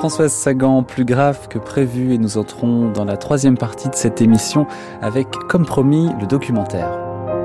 Françoise Sagan, plus grave que prévu, et nous entrons dans la troisième partie de cette émission avec, comme promis, le documentaire.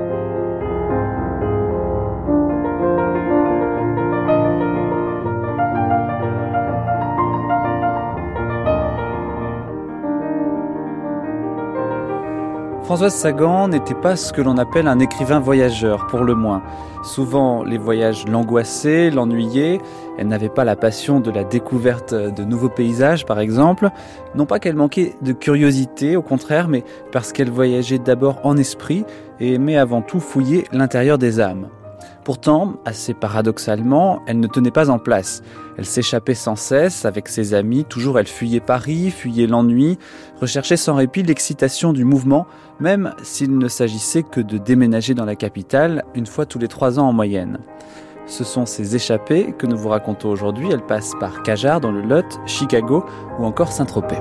Françoise Sagan n'était pas ce que l'on appelle un écrivain voyageur, pour le moins. Souvent, les voyages l'angoissaient, l'ennuyaient. Elle n'avait pas la passion de la découverte de nouveaux paysages, par exemple. Non pas qu'elle manquait de curiosité, au contraire, mais parce qu'elle voyageait d'abord en esprit et aimait avant tout fouiller l'intérieur des âmes. Pourtant, assez paradoxalement, elle ne tenait pas en place. Elle s'échappait sans cesse avec ses amis, toujours elle fuyait Paris, fuyait l'ennui, recherchait sans répit l'excitation du mouvement, même s'il ne s'agissait que de déménager dans la capitale, une fois tous les 3 ans en moyenne. Ce sont ces échappées que nous vous racontons aujourd'hui. Elles passent par Cajarc dans le Lot, Chicago ou encore Saint-Tropez.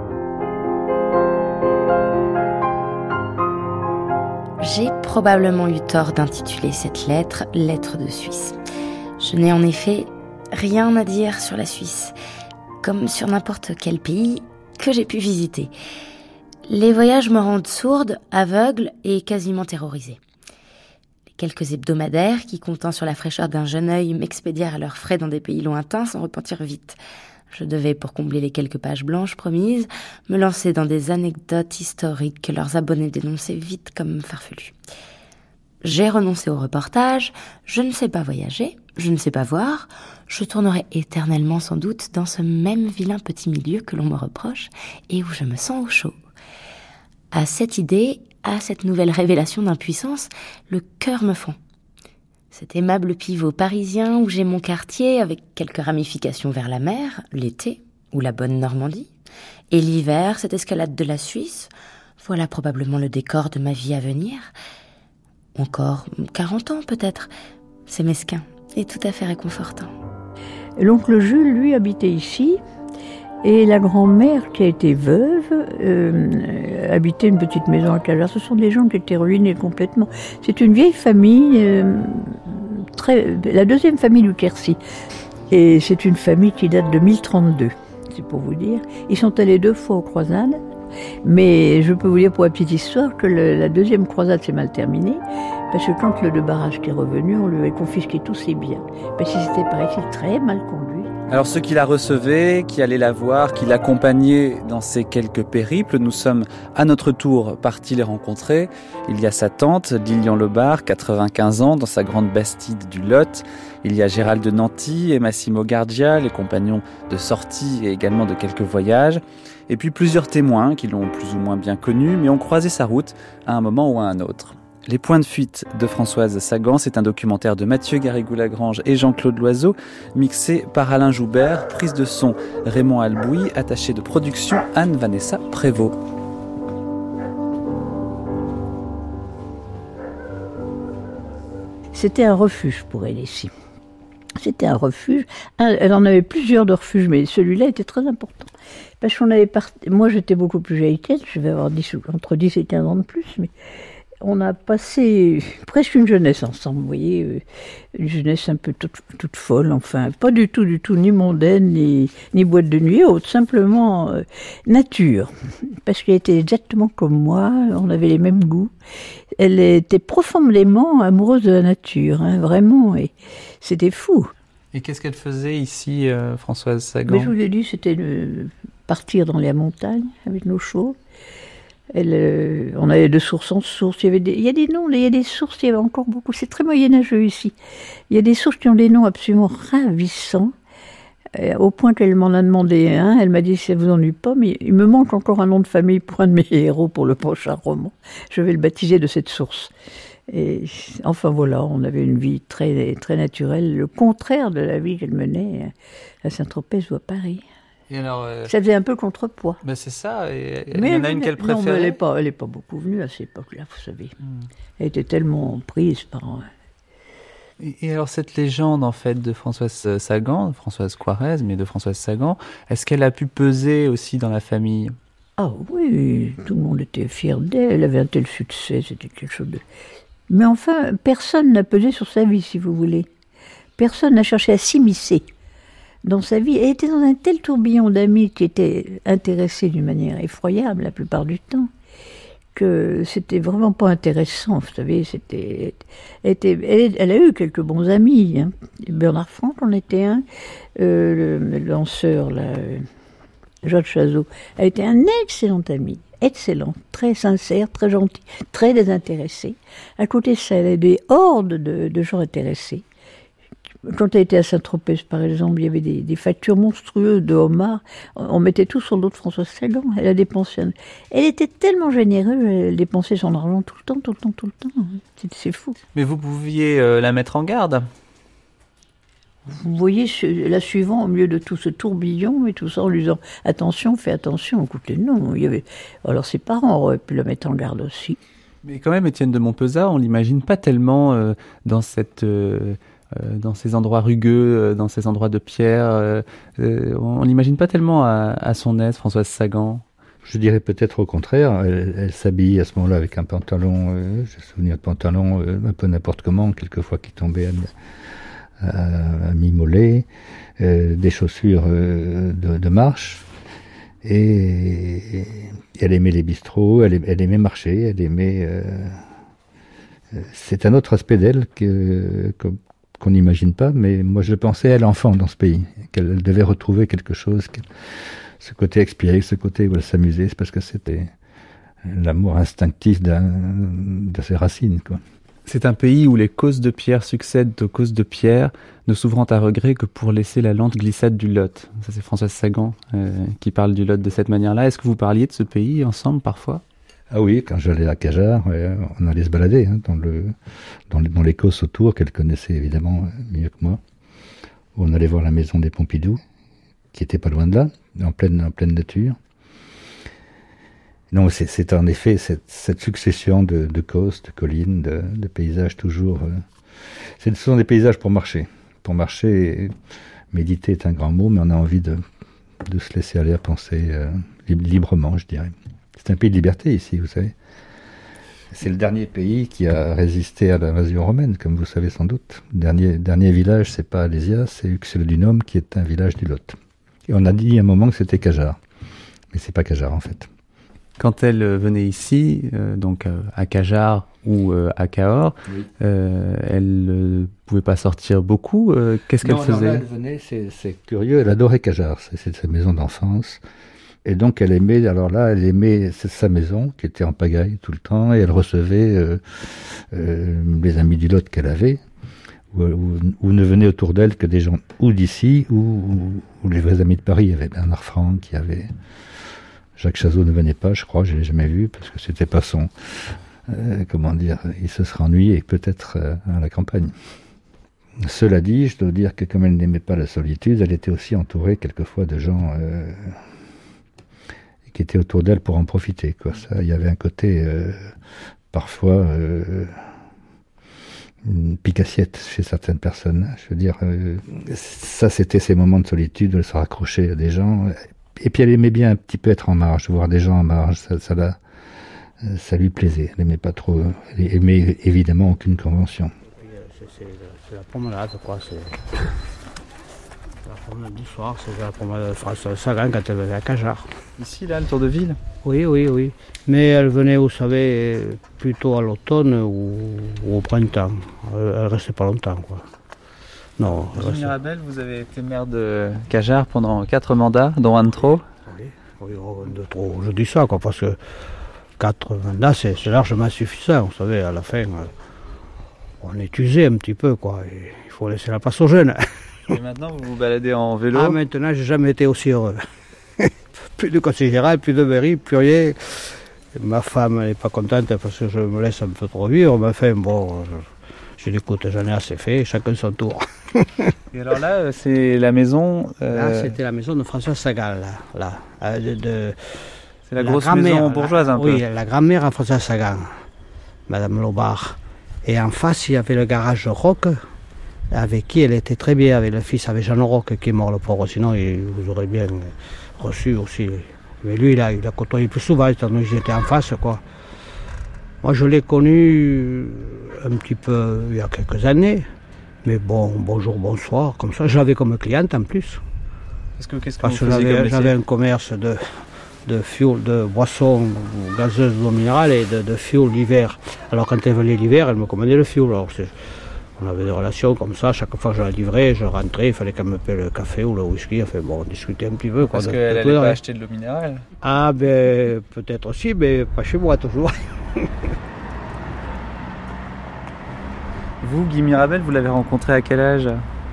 J'ai probablement eu tort d'intituler cette lettre « Lettre de Suisse ». Je n'ai en effet rien à dire sur la Suisse, comme sur n'importe quel pays que j'ai pu visiter. Les voyages me rendent sourde, aveugle et quasiment terrorisée. Les quelques hebdomadaires qui, comptant sur la fraîcheur d'un jeune œil, m'expédièrent à leurs frais dans des pays lointains s'en repentirent vite. Je devais, pour combler les quelques pages blanches promises, me lancer dans des anecdotes historiques que leurs abonnés dénonçaient vite comme farfelues. J'ai renoncé au reportage, je ne sais pas voyager, je ne sais pas voir, je tournerai éternellement sans doute dans ce même vilain petit milieu que l'on me reproche et où je me sens au chaud. À cette idée, à cette nouvelle révélation d'impuissance, le cœur me fond. Cet aimable pivot parisien où j'ai mon quartier avec quelques ramifications vers la mer, l'été, ou la bonne Normandie, et l'hiver, cette escalade de la Suisse, voilà probablement le décor de ma vie à venir. Encore 40 ans peut-être, c'est mesquin et tout à fait réconfortant. L'oncle Jules, lui, habitait ici, et la grand-mère, qui a été veuve, habitait une petite maison à Cajarc. Ce sont des gens qui étaient ruinés complètement. C'est une vieille famille, la deuxième famille du Quercy. Et c'est une famille qui date de 1032, c'est pour vous dire. Ils sont allés 2 fois aux croisades, mais je peux vous dire pour la petite histoire que la deuxième croisade s'est mal terminée, parce que quand le de barrage est revenu, on lui a confisqué tous ses biens. Parce qu'il s'était, paraît-il, très mal conduit. Alors ceux qui la recevaient, qui allaient la voir, qui l'accompagnaient dans ces quelques périples, nous sommes à notre tour partis les rencontrer. Il y a sa tante, Lilian Lebard, 95 ans, dans sa grande bastide du Lot. Il y a Gérald de Nanty et Massimo Gardia, les compagnons de sortie et également de quelques voyages. Et puis plusieurs témoins qui l'ont plus ou moins bien connu, mais ont croisé sa route à un moment ou à un autre. Les points de fuite de Françoise Sagan, c'est un documentaire de Mathieu Garrigou-Lagrange et Jean-Claude Loiseau, mixé par Alain Joubert, prise de son Raymond Albouy, attaché de production Anne-Vanessa Prévost. C'était un refuge pour elle ici. C'était un refuge. Elle en avait plusieurs de refuges, mais celui-là était très important. Parce qu'on avait moi j'étais beaucoup plus vieille qu'elle, je vais avoir entre 10 et 15 ans de plus, mais on a passé presque une jeunesse ensemble, vous voyez, une jeunesse un peu toute folle, enfin, pas du tout, ni mondaine, ni boîte de nuit, autre, simplement nature. Parce qu'elle était exactement comme moi, on avait les mêmes goûts. Elle était profondément amoureuse de la nature, hein, vraiment, et c'était fou. Et qu'est-ce qu'elle faisait ici, Françoise Sagan ? Mais je vous ai dit, c'était de partir dans les montagnes avec nos chevaux. On avait de source en source. Il y a des sources, il y avait encore beaucoup. C'est très moyenâgeux ici. Il y a des sources qui ont des noms absolument ravissants, au point qu'elle m'en a demandé un. Elle m'a dit, ça vous ennuie pas, mais il me manque encore un nom de famille pour un de mes héros pour le prochain roman. Je vais le baptiser de cette source. Et enfin voilà, on avait une vie très, très naturelle, le contraire de la vie qu'elle menait à Saint-Tropez ou à Paris. Et alors, ça faisait un peu contrepoids. Ben c'est ça. Et il y en a une qu'elle préférait. Non, mais elle est pas beaucoup venue à cette époque-là, vous savez. Elle était tellement prise par. Et alors cette légende en fait de Françoise Sagan, Françoise Quarez, mais de Françoise Sagan, est-ce qu'elle a pu peser aussi dans la famille ? Ah oui, tout le monde était fier d'elle. Elle avait un tel succès, c'était quelque chose de. Mais enfin, personne n'a pesé sur sa vie, si vous voulez. Personne n'a cherché à s'immiscer dans sa vie. Elle était dans un tel tourbillon d'amis qui étaient intéressés d'une manière effroyable la plupart du temps, que c'était vraiment pas intéressant, vous savez. Elle a eu quelques bons amis. Hein. Bernard Franck en était un, le lanceur, là, Georges Chazot, a été un excellent ami. Excellent, très sincère, très gentil, très désintéressé. À côté de ça, elle avait des hordes de gens intéressés. Quand elle était à Saint-Tropez, par exemple, il y avait des factures monstrueuses de homards. On mettait tout sur le dos de Françoise Sagan. Elle a dépensé. Elle était tellement généreuse, elle dépensait son argent tout le temps. C'est fou. Mais vous pouviez la mettre en garde. Vous voyez, la suivant au milieu de tout ce tourbillon et tout ça, en lui disant « Attention, fais attention ». Écoutez, non. Alors ses parents auraient pu la mettre en garde aussi. Mais quand même, Étienne de Montpezat, on l'imagine pas tellement dans ces endroits rugueux, dans ces endroits de pierre. On l'imagine pas tellement à son aise, Françoise Sagan. Je dirais peut-être au contraire. Elle s'habillait à ce moment-là avec un pantalon, j'ai souvenir de pantalon un peu n'importe comment, quelquefois qui tombait à mi-mollet, des chaussures de marche. Et elle aimait les bistrots, elle aimait marcher, elle aimait... c'est un autre aspect d'elle qu'on n'imagine pas, mais moi je pensais à l'enfant dans ce pays, qu'elle devait retrouver quelque chose, ce côté expiré, ce côté où elle s'amusait, c'est parce que c'était l'amour instinctif de ses racines, quoi. C'est un pays où les causes de pierre succèdent aux causes de pierre, ne s'ouvrant à regret que pour laisser la lente glissade du Lot. Ça, c'est Françoise Sagan qui parle du Lot de cette manière-là. Est-ce que vous parliez de ce pays ensemble parfois ? Ah oui, quand j'allais à Cajar, on allait se balader dans les causses autour, qu'elle connaissait évidemment mieux que moi. On allait voir la maison des Pompidou, qui était pas loin de là, en pleine nature. Non, c'est en effet cette succession de causses, de collines, de paysages toujours... ce sont des paysages pour marcher. Pour marcher, méditer est un grand mot, mais on a envie de se laisser aller à penser librement, je dirais. C'est un pays de liberté ici, vous savez. C'est le dernier pays qui a résisté à l'invasion romaine, comme vous savez sans doute. Le dernier village, c'est pas Alésia, c'est Uxellodunum, qui est un village du Lot. Et on a dit à un moment que c'était Cajar. Mais c'est pas Cajar, en fait. Quand elle venait ici, donc à Cajar ou à Cahors, oui. Elle ne pouvait pas sortir beaucoup. Qu'est-ce qu'elle faisait ? Là, elle venait, c'est curieux, elle adorait Cajar, c'est sa maison d'enfance. Et donc elle aimait sa maison, qui était en pagaille tout le temps, et elle recevait les amis du Lot qu'elle avait, où ne venaient autour d'elle que des gens ou d'ici, ou les vrais amis de Paris. Il y avait Bernard Franck, il y avait... Jacques Chazot ne venait pas, je crois, je l'ai jamais vu, parce que c'était pas son... il se serait ennuyé, peut-être à la campagne. Cela dit, je dois dire que comme elle n'aimait pas la solitude, elle était aussi entourée quelquefois de gens qui étaient autour d'elle pour en profiter, quoi. Ça, il y avait un côté, parfois, une pique-assiette chez certaines personnes. Je veux dire, ça c'était ses moments de solitude, où elle se raccrochait à des gens... Et puis elle aimait bien un petit peu être en marge, voir des gens en marge, ça lui plaisait. Elle aimait pas trop, elle aimait évidemment aucune convention. C'est la promenade, quoi. C'est la promenade du soir, c'est la promenade de Françoise Sagan quand elle venait à Cajar. Ici, là, le tour de ville ? Oui. Mais elle venait, vous savez, plutôt à l'automne ou au printemps. Elle restait pas longtemps, quoi. Non. Gilles Mirabel, vous avez été maire de Cajar pendant 4 mandats, dont un de trop. Oui, de trop. Je dis ça, quoi, parce que 4 mandats, c'est largement suffisant. Vous savez, à la fin, on est usé un petit peu, quoi. Et il faut laisser la place aux jeunes. Et maintenant, vous vous baladez en vélo ? Ah, maintenant, j'ai jamais été aussi heureux. Plus de conseil général, plus de mairie, plus rien. Ma femme n'est pas contente parce que je me laisse un peu trop vivre. Mais enfin, bon... Je l'écoute, j'en ai assez fait, chacun son tour. Et alors là, c'est la maison... Là, c'était la maison de Françoise Sagan, là. C'est la grosse maison bourgeoise, un peu. Oui, la grand-mère à Françoise Sagan, Madame Lobard. Et en face, il y avait le garage Roch, avec qui elle était très bien, avec le fils, avec Jean Roch, qui est mort, le pauvre. Sinon, il vous aurait bien reçu aussi. Mais lui, il a côtoyé plus souvent, étant donné que j'étais en face, quoi. Moi, je l'ai connu un petit peu il y a quelques années, mais bon, bonjour, bonsoir, comme ça. Je l'avais comme cliente en plus. Qu'est-ce que Parce vous que faisiez comme métier? j'avais un commerce de fuel, de boissons gazeuses d'eau minérale et de fuel l'hiver. Alors quand elle venait l'hiver, elle me commandait le fuel. Alors on avait des relations comme ça, chaque fois que je la livrais, je rentrais, il fallait qu'elle me paie le café ou le whisky, enfin bon, on discutait un petit peu. Quoi, Parce qu'elle n'allait pas acheter de l'eau minérale? Ah ben peut-être aussi, mais pas chez moi toujours. Vous, Guy Mirabel, vous l'avez rencontré à quel âge?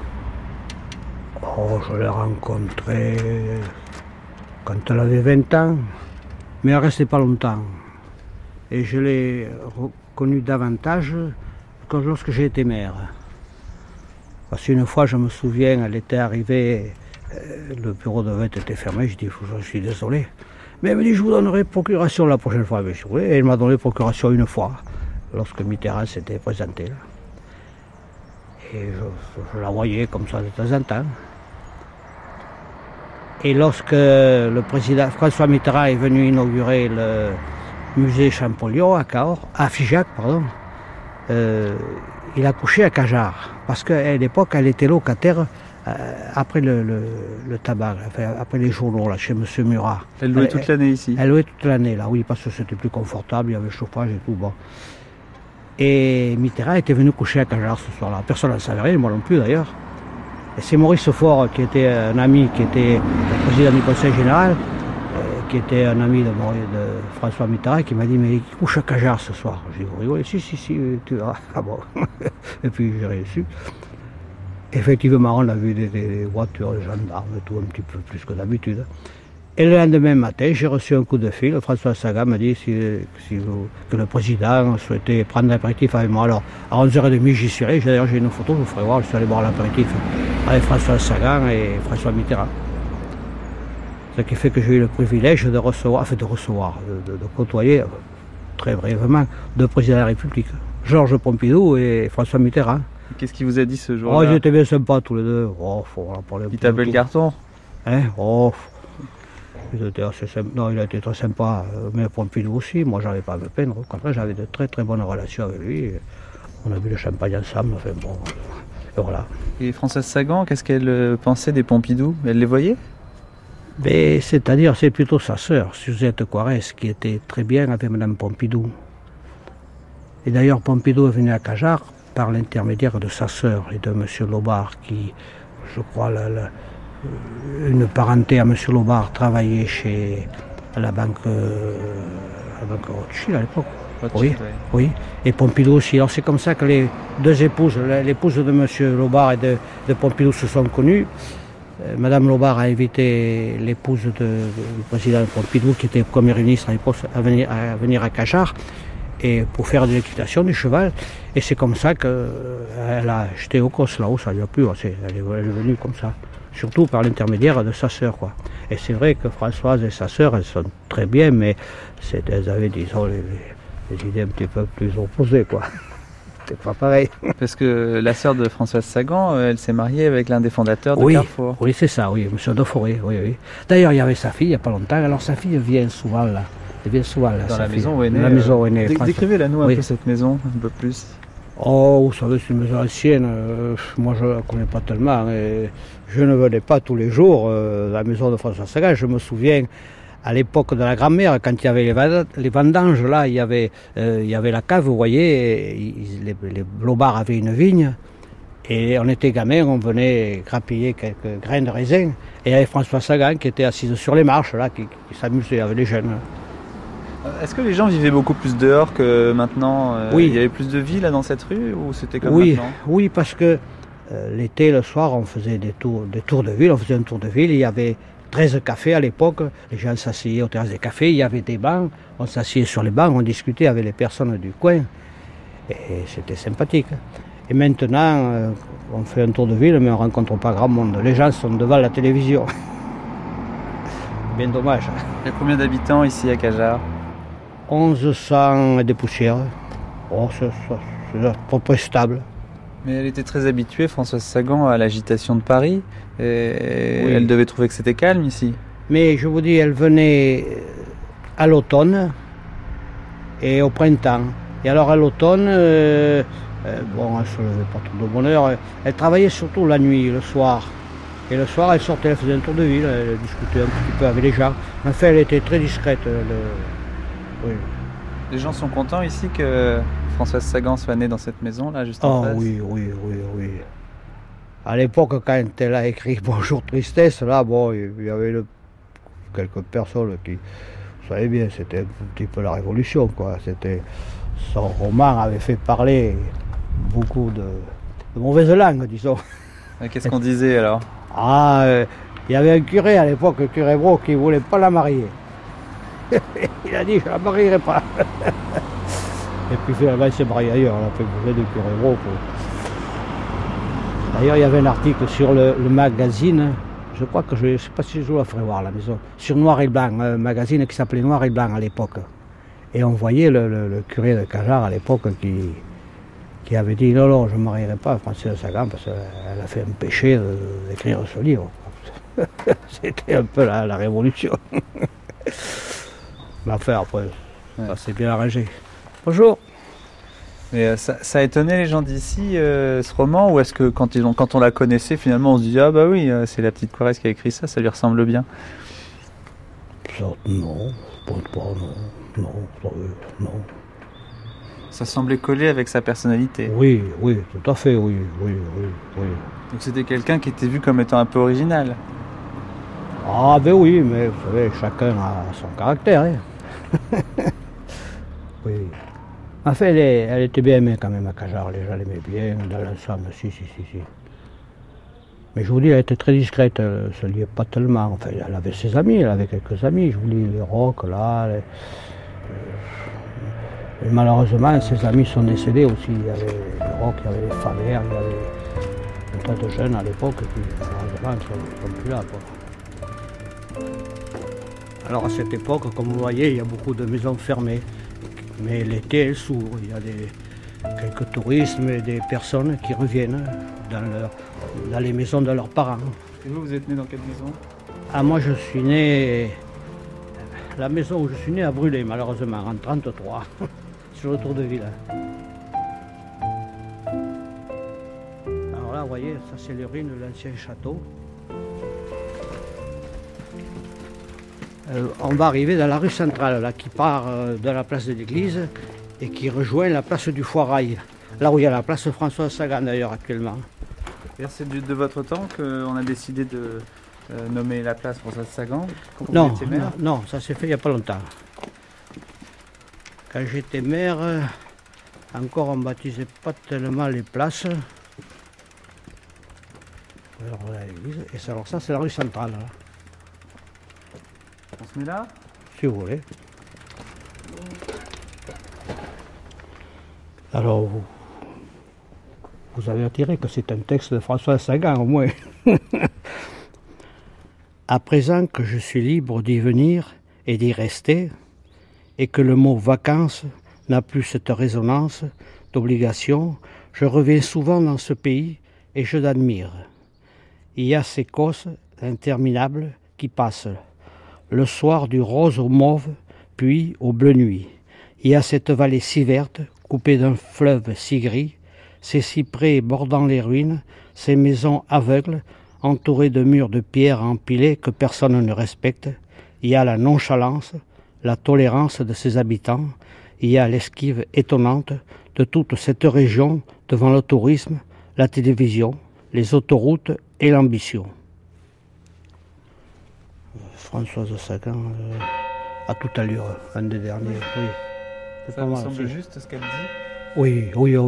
Oh, je l'ai rencontrée quand elle avait 20 ans, mais elle ne restait pas longtemps. Et je l'ai reconnue davantage que lorsque j'ai été maire. Parce qu'une fois, je me souviens, elle était arrivée, le bureau de vote était fermé, je dis, je suis désolé. Mais elle me dit, je vous donnerai procuration la prochaine fois. Mais et elle m'a donné procuration une fois, lorsque Mitterrand s'était présenté là. Et je la voyais comme ça de temps en temps. Et lorsque le président François Mitterrand est venu inaugurer le musée Champollion à Figeac, il a couché à Cajar. Parce qu'à l'époque, elle était locataire après le tabac, enfin, après les journaux, là, chez M. Murat. Elle louait toute l'année ici? Elle louait toute l'année, là, oui, parce que c'était plus confortable, il y avait le chauffage et tout. Bon. Et Mitterrand était venu coucher à Cajar ce soir-là. Personne n'en savait rien, moi non plus d'ailleurs. Et c'est Maurice Faure, qui était un ami, qui était le président du Conseil général, qui était un ami de François Mitterrand, qui m'a dit, mais il couche à Cajar ce soir. J'ai dit, vous rigolez? Si, tu verras. Ah bon. Et puis j'ai réussi. Effectivement, on a vu des voitures, des gendarmes, tout un petit peu plus que d'habitude. Et le lendemain matin, j'ai reçu un coup de fil. François Sagan m'a dit que le président souhaitait prendre l'apéritif avec moi. Alors, à 11h30, j'y suis allé. D'ailleurs, j'ai une photo, je vous ferai voir. Je suis allé boire l'apéritif avec François Sagan et François Mitterrand. Ce qui fait que j'ai eu le privilège de côtoyer, très brièvement, deux présidents de la République, Georges Pompidou et François Mitterrand. Qu'est-ce qu'il vous a dit ce jour-là? Oh, ils étaient bien sympas tous les deux. Oh, faut en parler un peu. Il tapait le carton? Hein? Oh. Il était assez sympa. Non, il a été très sympa, mais Pompidou aussi. Moi, j'avais pas à me plaindre. Au contraire, j'avais de très très bonnes relations avec lui. On a bu le champagne ensemble. Enfin bon, et voilà. Et Françoise Sagan, qu'est-ce qu'elle pensait des Pompidou? Elle les voyait? Mais c'est-à-dire, c'est plutôt sa sœur, Suzette Coirès, qui était très bien avec Madame Pompidou. Et d'ailleurs, Pompidou est venu à Cajar par l'intermédiaire de sa sœur et de M. Lobard, qui, je crois, une parenté à M. Lobard travaillait à la banque Rothschild à l'époque. Oui. Et Pompidou aussi. Alors c'est comme ça que les deux épouses, l'épouse de M. Lobard et de Pompidou se sont connues. Madame Lobard a invité l'épouse du président Pompidou, qui était Premier ministre à l'époque, à venir à Cajar et pour faire de l'équitation du cheval. Et c'est comme ça qu'elle a acheté au cos là-haut, ça lui a plu. Elle est venue comme ça. Surtout par l'intermédiaire de sa sœur, quoi. Et c'est vrai que Françoise et sa sœur, elles sont très bien, mais elles avaient, disons, les idées un petit peu plus opposées, quoi. C'était pas pareil. Parce que la sœur de Françoise Sagan, elle s'est mariée avec l'un des fondateurs de Carrefour. Oui, c'est ça, oui, M. Deforest, oui. D'ailleurs, il y avait sa fille, il n'y a pas longtemps, alors sa fille vient souvent là. Elle vient souvent là. Dans la maison où est née. La maison où est née. Décrivez-la nous un peu cette maison, un peu plus. Oh, vous savez, c'est une maison ancienne. Moi, je ne la connais pas tellement. Et je ne venais pas tous les jours à la maison de François Sagan. Je me souviens, à l'époque de la grand-mère, quand il y avait les vendanges, là, il y avait la cave, vous voyez, les Lobards avaient une vigne. Et on était gamins, on venait grappiller quelques grains de raisin. Et il y avait François Sagan qui était assise sur les marches, là, qui s'amusait avec les jeunes. Est-ce que les gens vivaient beaucoup plus dehors que maintenant? Oui. Il y avait plus de vie là dans cette rue ou c'était comme maintenant? Oui, parce que l'été, le soir, on faisait des tours de ville, on faisait un tour de ville, il y avait 13 cafés à l'époque, les gens s'asseyaient aux terrasses des cafés, il y avait des bancs, on s'asseyait sur les bancs, on discutait avec les personnes du coin, et c'était sympathique. Et maintenant, on fait un tour de ville, mais on ne rencontre pas grand monde, les gens sont devant la télévision. Bien dommage. Il y a combien d'habitants ici à Cajar? 1100 et des poussières. Oh, c'est à peu près stable. Mais elle était très habituée, Françoise Sagan, à l'agitation de Paris. Et oui. Elle devait trouver que c'était calme ici. Mais je vous dis, elle venait à l'automne et au printemps. Et alors à l'automne, elle ne se levait pas trop de bonne heure. Elle travaillait surtout la nuit, le soir. Et le soir, elle sortait, elle faisait un tour de ville, elle discutait un petit peu avec les gens. Enfin, elle était très discrète. Oui. Les gens sont contents ici que Françoise Sagan soit née dans cette maison, là, juste en face. Oui. À l'époque, quand elle a écrit Bonjour Tristesse, là, bon, il y avait quelques personnes qui, vous savez bien, c'était un petit peu la révolution, quoi. Son roman avait fait parler beaucoup de mauvaises langues, disons. Qu'est-ce qu'on disait alors? Il y avait un curé à l'époque, le curé Bro, qui ne voulait pas la marier. Il a dit, je ne la marierai pas. Et puis finalement, il s'est marié ailleurs, on a fait besoin de curé Bro. D'ailleurs, il y avait un article sur le magazine, je crois que je ne sais pas si je vous la ferai voir à la maison, sur Noir et Blanc, un magazine qui s'appelait Noir et Blanc à l'époque. Et on voyait le curé de Cajar à l'époque qui avait dit non, je ne marierai pas Françoise Sagan parce qu'elle a fait un péché d'écrire ce livre. C'était un peu la révolution. Mais enfin, après, ça s'est bien arrangé. Bonjour. Mais ça a étonné les gens d'ici, ce roman, ou est-ce que quand on la connaissait, finalement, on se dit ah bah oui, c'est la petite Coiresse qui a écrit ça lui ressemble bien? Non, non. Ça semblait coller avec sa personnalité. Oui, tout à fait, oui. Donc c'était quelqu'un qui était vu comme étant un peu original. Ah ben oui, mais vous savez, chacun a son caractère. Hein. Oui. Enfin, elle était bien aimée quand même à Cajar, les gens l'aimaient bien, dans l'ensemble, si. Mais je vous dis, elle était très discrète, elle ne se liait pas tellement. Enfin, elle avait ses amis, elle avait quelques amis, je vous dis, les Rocs, là. Et malheureusement, ses amis sont décédés aussi. Il y avait les Rocs, il y avait les Faber, il y avait un tas de jeunes à l'époque qui, malheureusement, ne sont plus là, quoi. Alors à cette époque, comme vous voyez, il y a beaucoup de maisons fermées. Mais l'été, elles s'ouvrent. Il y a quelques touristes et des personnes qui reviennent dans les maisons de leurs parents. Et vous êtes né dans quelle maison? Moi, je suis né... La maison où je suis né a brûlé, malheureusement, en 1933, sur le Tour de Ville. Alors là, vous voyez, ça c'est les ruines de l'ancien château. On va arriver dans la rue centrale, là, qui part de la place de l'église et qui rejoint la place du Foirail, là où il y a la place Françoise Sagan d'ailleurs actuellement. Et c'est de votre temps qu'on a décidé de nommer la place Françoise Sagan? Non, ça s'est fait il n'y a pas longtemps. Quand j'étais maire, encore on ne baptisait pas tellement les places. Alors voilà l'église, et alors ça c'est la rue centrale. Là. On se met là? Si vous voulez. Alors, vous avez attiré que c'est un texte de Françoise Sagan au moins. À présent que je suis libre d'y venir et d'y rester, et que le mot vacances n'a plus cette résonance d'obligation, je reviens souvent dans ce pays et je l'admire. Il y a ces causes interminables qui passent. Le soir du rose au mauve, puis au bleu nuit. Il y a cette vallée si verte, coupée d'un fleuve si gris, ces cyprès bordant les ruines, ces maisons aveugles, entourées de murs de pierre empilés que personne ne respecte. Il y a la nonchalance, la tolérance de ses habitants. Il y a l'esquive étonnante de toute cette région devant le tourisme, la télévision, les autoroutes et l'ambition. Françoise Sagan a toute allure, un des derniers, oui. Ça me semble juste ce qu'elle dit? Oui.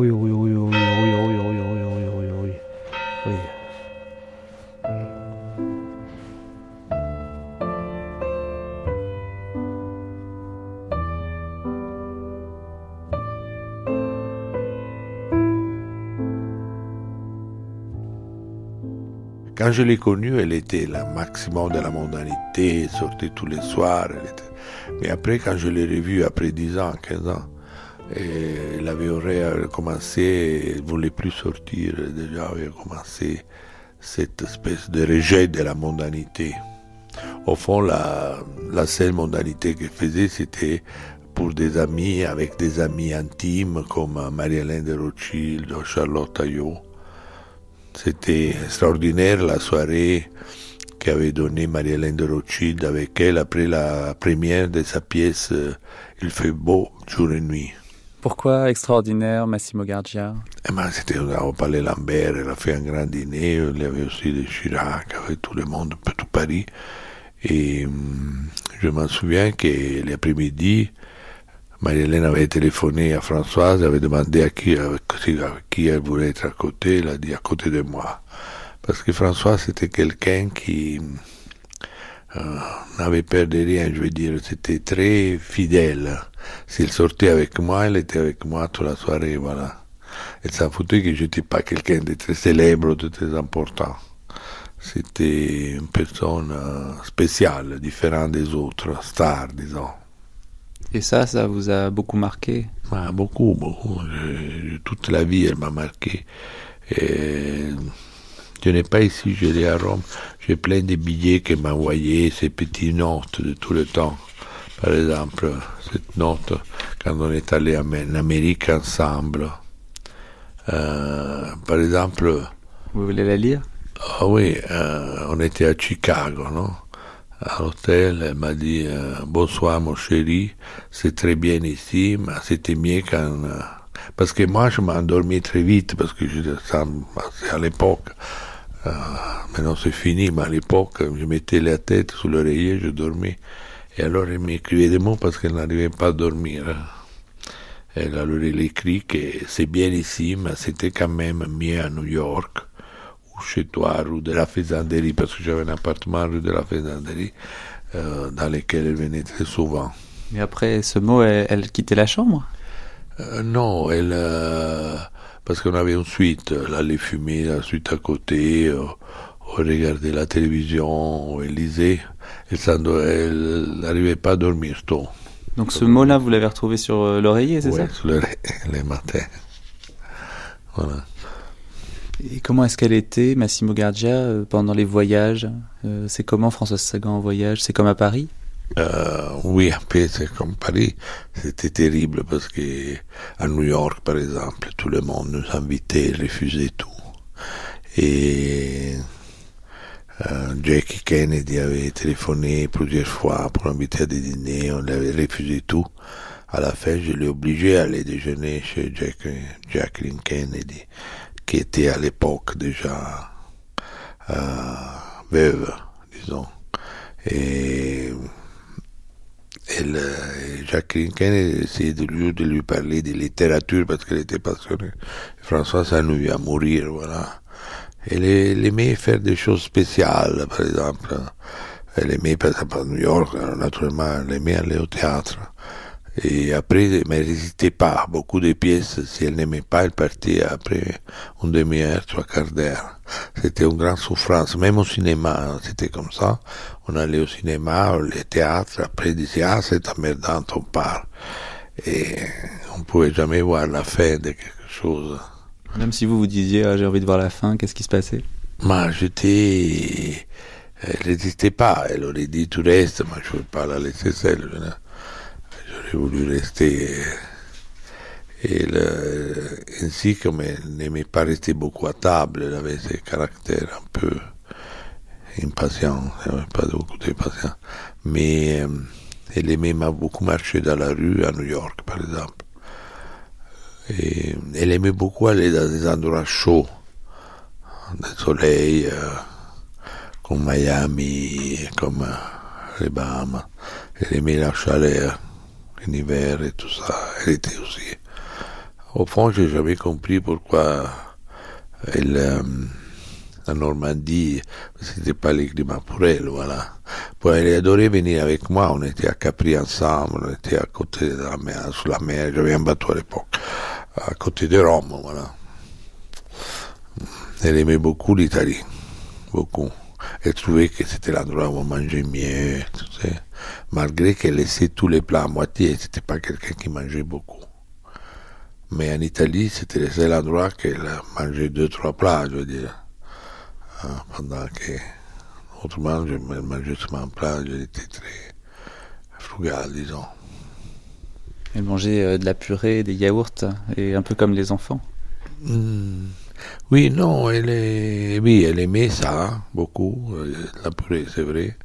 Quand je l'ai connue, elle était le maximum de la mondanité, elle sortait tous les soirs. Mais après, quand je l'ai revue, après 10 ans, 15 ans, elle aurait commencé, elle ne voulait plus sortir, déjà avait commencé cette espèce de rejet de la mondanité. Au fond, la seule mondanité qu'elle faisait, c'était pour des amis, avec des amis intimes comme Marie-Hélène de Rothschild ou Charlotte Ayot. C'était extraordinaire la soirée qu'avait donnée Marie-Hélène de Rothschild avec elle après la première de sa pièce Il fait beau jour et nuit. Pourquoi extraordinaire, Massimo Gardia? C'était au Palais Lambert, elle a fait un grand dîner, il y avait aussi des Chirac, avec tout le monde, tout Paris. Et je m'en souviens que l'après-midi, Marie-Hélène avait téléphoné à Françoise, avait demandé à qui elle voulait être à côté, elle a dit à côté de moi. Parce que Françoise, c'était quelqu'un qui n'avait peur de rien, je veux dire, c'était très fidèle. S'il sortait avec moi, elle était avec moi toute la soirée, voilà. Elle s'en foutait que je n'étais pas quelqu'un de très célèbre, de très important. C'était une personne spéciale, différente des autres, star, disons. Et ça vous a beaucoup marqué? Beaucoup. Toute la vie, elle m'a marqué. Et je n'ai pas ici, je l'ai à Rome. J'ai plein de billets qu'elle m'a envoyés, ces petites notes de tout le temps. Par exemple, cette note, quand on est allé en Amérique ensemble. Par exemple... Vous voulez la lire? Ah oui, on était à Chicago, non? À l'hôtel, elle m'a dit bonsoir mon chéri, c'est très bien ici, mais c'était mieux quand... parce que moi, je m'endormis très vite, parce que c'est à l'époque, maintenant c'est fini, mais à l'époque, je mettais la tête sous l'oreiller, je dormais. Et alors, elle m'écrivait des mots parce qu'elle n'arrivait pas à dormir. Alors, elle écrit que c'est bien ici, mais c'était quand même mieux à New York, ou chez toi, rue de la Faisanderie, parce que j'avais un appartement rue de la Faisanderie, dans lequel elle venait très souvent. Mais après ce mot, elle quittait la chambre? Non, parce qu'on avait une suite, elle allait fumer la suite à côté, regarder la télévision, elle lisait, elle n'arrivait pas à dormir tôt. Donc ce mot-là, vous l'avez retrouvé sur l'oreiller, c'est ça? Oui, sur l'oreiller, les matins. Voilà. Et comment est-ce qu'elle était, Massimo Gardia, pendant les voyages? C'est comment Françoise Sagan en voyage? C'est comme à Paris? Oui, un peu, c'est comme Paris. C'était terrible parce que à New York, par exemple, tout le monde nous invitait, refusait tout. Et Jackie Kennedy avait téléphoné plusieurs fois pour inviter à des dîners, on l'avait refusé tout. À la fin, je l'ai obligé à aller déjeuner chez Jacqueline Kennedy, qui était à l'époque déjà veuve, disons. Et Jacqueline Kennedy essayait de lui parler de littérature parce qu'elle était passionnée. François s'ennuyait à mourir, voilà. Elle aimait faire des choses spéciales, par exemple. Elle aimait, par exemple, à New York, naturellement, elle aimait aller au théâtre. Et après, mais elle n'hésitait pas. Beaucoup de pièces, si elle n'aimait pas, elle partait après une demi-heure, 3/4 d'heure. C'était une grande souffrance, même au cinéma, c'était comme ça. On allait au cinéma, au théâtre, après, elle disait, c'est emmerdant, on part. Et on ne pouvait jamais voir la fin de quelque chose. Même si vous disiez, j'ai envie de voir la fin, qu'est-ce qui se passait? Elle n'hésitait pas, elle aurait dit, tu restes, moi je ne veux pas la laisser seule. J'aurais voulu rester. Ainsi, comme elle n'aimait pas rester beaucoup à table, elle avait ce caractère un peu impatient, elle n'avait pas beaucoup de patience. Mais elle aimait beaucoup marcher dans la rue à New York, par exemple. Et elle aimait beaucoup aller dans des endroits chauds, des soleils, comme Miami, comme les Bahamas. Elle aimait la chaleur, l'hiver et tout ça. Elle était aussi. Au fond, j'ai jamais compris pourquoi la Normandie, c'était pas le climat pour elle, voilà. Elle adorait venir avec moi, on était à Capri ensemble, on était à côté de la mer, sur la mer, j'avais un bateau à l'époque, à côté de Rome, voilà. Elle aimait beaucoup l'Italie, beaucoup. Elle trouvait que c'était l'endroit où on mangeait mieux, tu sais. Malgré qu'elle laissait tous les plats à moitié, c'était pas quelqu'un qui mangeait beaucoup. Mais en Italie, c'était le seul endroit qu'elle mangeait 2-3 plats, je veux dire. Pendant que, autrement, je mangeais seulement un plat, j'étais très frugal, disons. Elle mangeait de la purée, des yaourts, et un peu comme les enfants. Oui, non, elle aimait ça, hein, beaucoup, la purée, c'est vrai.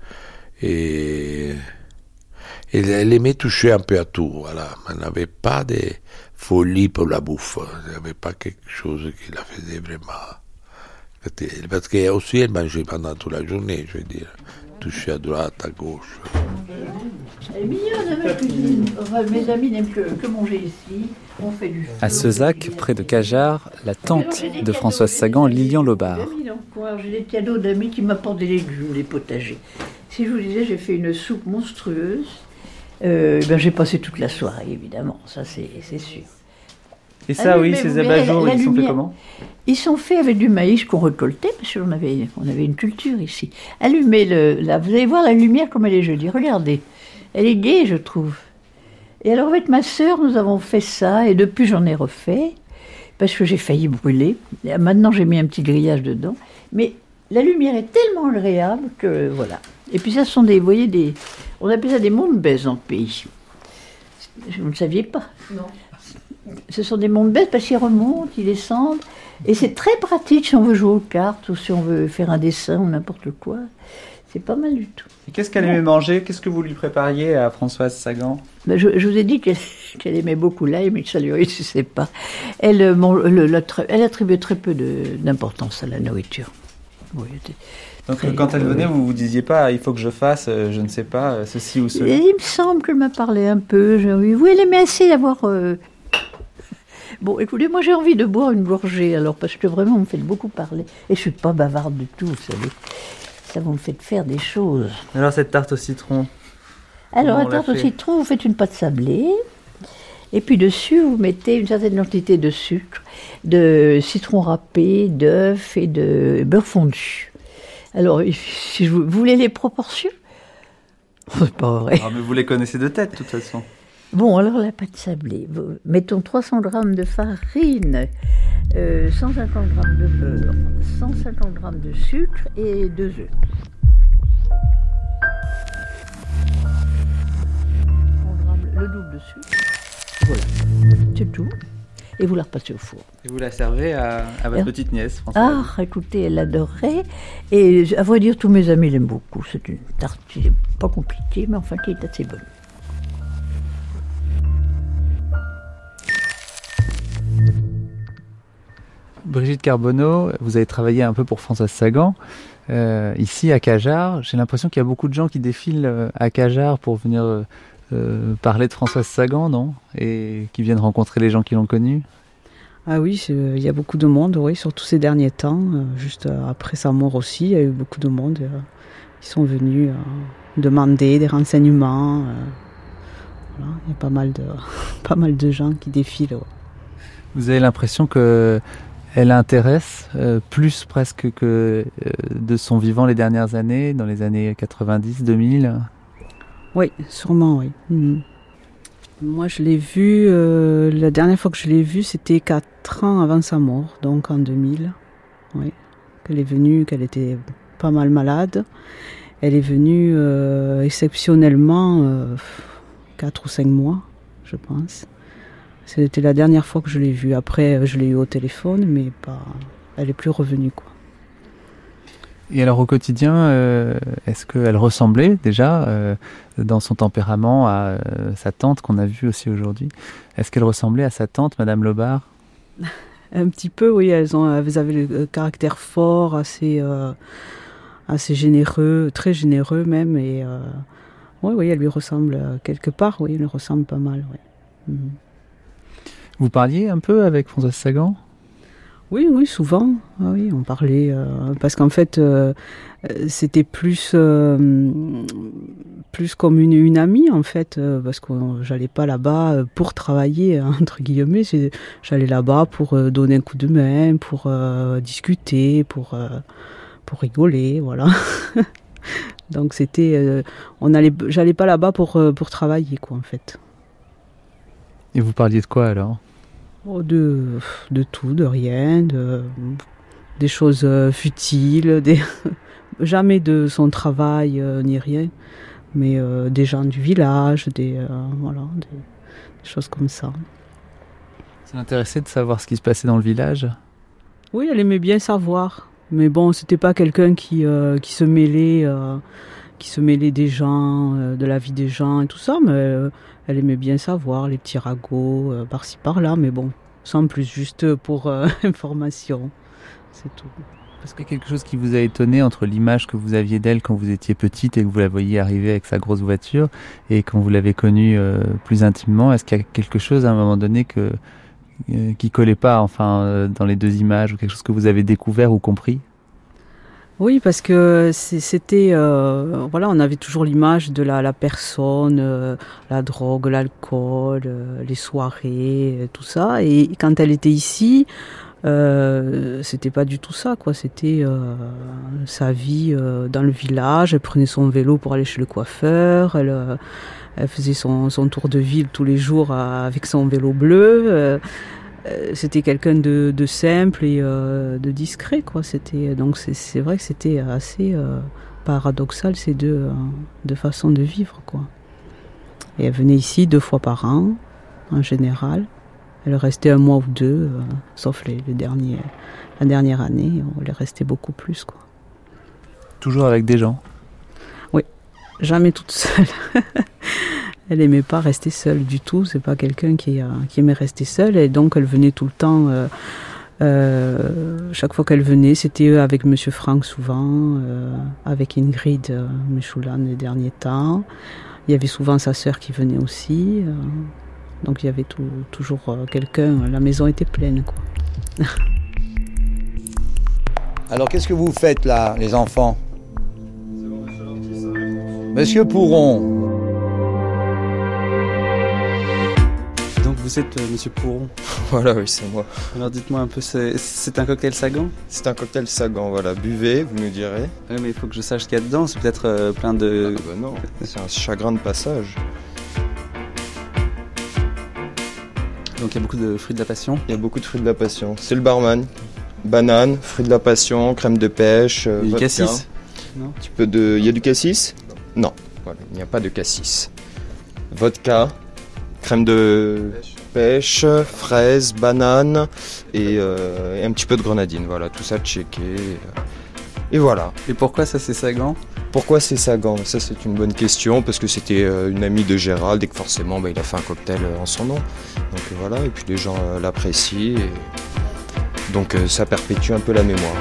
Et elle aimait toucher un peu à tout, voilà. Elle n'avait pas de folie pour la bouffe. Il n'y avait pas quelque chose qui la faisait vraiment. Parce qu'elle aussi, elle mangeait pendant toute la journée, je veux dire. Toucher à droite, à gauche. Elle est mignonne, ma cuisine. Enfin, mes amis n'aiment que manger ici. On fait du feu. À Seuzac, près de Cajarc, la tante de Françoise Sagan, Lilian Lobard. J'ai des cadeaux d'amis qui m'apportent des légumes, des potagers. Si je vous disais, j'ai fait une soupe monstrueuse. J'ai passé toute la soirée, évidemment, ça c'est sûr. Et ça, oui, ces abat-jours, ils sont faits comment? Ils sont faits avec du maïs qu'on récoltait, parce qu'on avait une culture ici. Allumez là, vous allez voir la lumière comme elle est jolie, regardez. Elle est gaie, je trouve. Et alors avec ma sœur, nous avons fait ça, et depuis j'en ai refait, parce que j'ai failli brûler. Et maintenant j'ai mis un petit grillage dedans, mais la lumière est tellement agréable que voilà. Et puis ça sont vous voyez, on appelle ça des mondes-baises dans le pays. Vous ne le saviez pas? Non. Ce sont des mondes-baises parce qu'ils remontent, ils descendent. Et c'est très pratique si on veut jouer aux cartes ou si on veut faire un dessin ou n'importe quoi. C'est pas mal du tout. Et qu'est-ce qu'elle aimait manger? Qu'est-ce que vous lui prépariez à Françoise Sagan? Je vous ai dit qu'elle aimait beaucoup l'ail, mais que ça lui réussissait pas. Elle attribuait très peu d'importance à la nourriture. Oui, donc quand elle venait, vous vous disiez pas, il faut que je fasse, je ne sais pas, ceci ou cela? Il me semble qu'elle m'a parlé un peu. Oui, elle aimait assez d'avoir... Bon, écoutez, moi j'ai envie de boire une gorgée, alors, parce que vraiment, on me fait beaucoup parler. Et je suis pas bavarde du tout, vous savez. Ça, vous me faites faire des choses. Alors, cette tarte au citron? Alors, la tarte au citron, vous faites une pâte sablée. Et puis dessus, vous mettez une certaine quantité de sucre, de citron râpé, d'œufs et de beurre fondu. Alors, si vous voulez les proportions? C'est pas vrai. Ah, mais vous les connaissez de tête, de toute façon. Bon, alors la pâte sablée. Mettons 300 g de farine, 150 g de beurre, 150 g de sucre et 2 œufs. Le double de sucre. Voilà, c'est tout. Et vous la repassez au four. Et vous la servez à votre petite nièce, Françoise? Ah, écoutez, elle l'adorait. Et à vrai dire, tous mes amis l'aiment beaucoup. C'est une tarte qui n'est pas compliquée, mais enfin qui est assez bonne. Brigitte Carbonneau, vous avez travaillé un peu pour Françoise Sagan. Ici, à Cajarc, j'ai l'impression qu'il y a beaucoup de gens qui défilent à Cajarc pour venir parler de Françoise Sagan, non? Et qui viennent rencontrer les gens qui l'ont connue. Ah oui, il y a beaucoup de monde, oui, surtout ces derniers temps. Juste après sa mort aussi, il y a eu beaucoup de monde qui sont venus demander des renseignements. Voilà, il y a pas mal de gens qui défilent. Ouais. Vous avez l'impression que elle intéresse plus presque que de son vivant les dernières années, dans les années 90, 2000? Oui, sûrement, oui. Moi, je l'ai vue, la dernière fois que je l'ai vue, c'était 4 ans avant sa mort, donc en 2000. Oui, qu'elle est venue, qu'elle était pas mal malade. Elle est venue exceptionnellement 4 ou 5 mois, je pense. C'était la dernière fois que je l'ai vue. Après, je l'ai eue au téléphone, mais elle n'est plus revenue, quoi. Et alors au quotidien, est-ce qu'elle ressemblait déjà dans son tempérament à sa tante qu'on a vue aussi aujourd'hui? Est-ce qu'elle ressemblait à sa tante, Madame Lobard? Un petit peu, oui. Elles avaient le caractère fort, assez généreux, très généreux même. Et oui, elle lui ressemble quelque part. Oui, elle lui ressemble pas mal. Oui. Vous parliez un peu avec Françoise Sagan? Oui, souvent. Ah oui, on parlait parce qu'en fait, c'était plus comme une amie en fait, parce que j'allais pas là-bas pour travailler entre guillemets. J'allais là-bas pour donner un coup de main, pour discuter, pour rigoler, voilà. Donc c'était, j'allais pas là-bas pour travailler quoi en fait. Et vous parliez de quoi alors? De tout, de rien, des choses futiles, jamais de son travail ni rien, mais des gens du village, des choses comme ça. Ça m'intéressait de savoir ce qui se passait dans le village. Oui, elle aimait bien savoir. Mais bon, c'était pas quelqu'un qui se mêlait des gens, de la vie des gens et tout ça, mais elle aimait bien savoir les petits ragots par-ci par-là, mais bon, sans plus, juste pour information, c'est tout. Parce qu'il y a quelque chose qui vous a étonné entre l'image que vous aviez d'elle quand vous étiez petite et que vous la voyiez arriver avec sa grosse voiture et quand vous l'avez connue plus intimement, est-ce qu'il y a quelque chose à un moment donné qui collait pas, dans les deux images, ou quelque chose que vous avez découvert ou compris? Oui, parce que c'était, on avait toujours l'image de la personne, la drogue, l'alcool, les soirées, tout ça. Et quand elle était ici, c'était pas du tout ça, quoi. C'était sa vie dans le village. Elle prenait son vélo pour aller chez le coiffeur. Elle faisait son tour de ville tous les jours avec son vélo bleu. C'était quelqu'un de simple et de discret, quoi. Donc c'est vrai que c'était assez paradoxal, ces deux façons de vivre, quoi. Et elle venait ici 2 fois par an, en général. Elle restait 1 mois ou 2, sauf la dernière année, elle est restée beaucoup plus, quoi. Toujours avec des gens? Oui, jamais toute seule. Elle aimait pas rester seule du tout, c'est pas quelqu'un qui aimait rester seule, et donc elle venait tout le temps, chaque fois qu'elle venait, c'était avec Monsieur Franck souvent, avec Ingrid Michoulan les derniers temps. Il y avait souvent sa sœur qui venait aussi, donc il y avait toujours quelqu'un, la maison était pleine, quoi. Alors qu'est-ce que vous faites là, les enfants? Monsieur Pouron. Donc vous êtes Monsieur Pouron? Voilà, oui, c'est moi. Alors dites-moi un peu, c'est un cocktail Sagan? C'est un cocktail Sagan, voilà. Buvez, vous nous direz. Oui, mais il faut que je sache ce qu'il y a dedans, c'est peut-être plein de... Ah bah non, c'est un chagrin de passage. Donc il y a beaucoup de fruits de la passion? Il y a beaucoup de fruits de la passion. C'est le barman. Banane, fruits de la passion, crème de pêche, vodka. Du cassis? Non. Il y a du cassis? Non, voilà, il n'y a pas de cassis. Vodka, crème de pêche, fraises, banane et un petit peu de grenadine. Voilà, tout ça checké. Et voilà. Et pourquoi ça c'est Sagan? Pourquoi c'est Sagan? Ça c'est une bonne question, parce que c'était une amie de Gérald et que forcément il a fait un cocktail en son nom. Donc voilà, et puis les gens l'apprécient. Donc ça perpétue un peu la mémoire.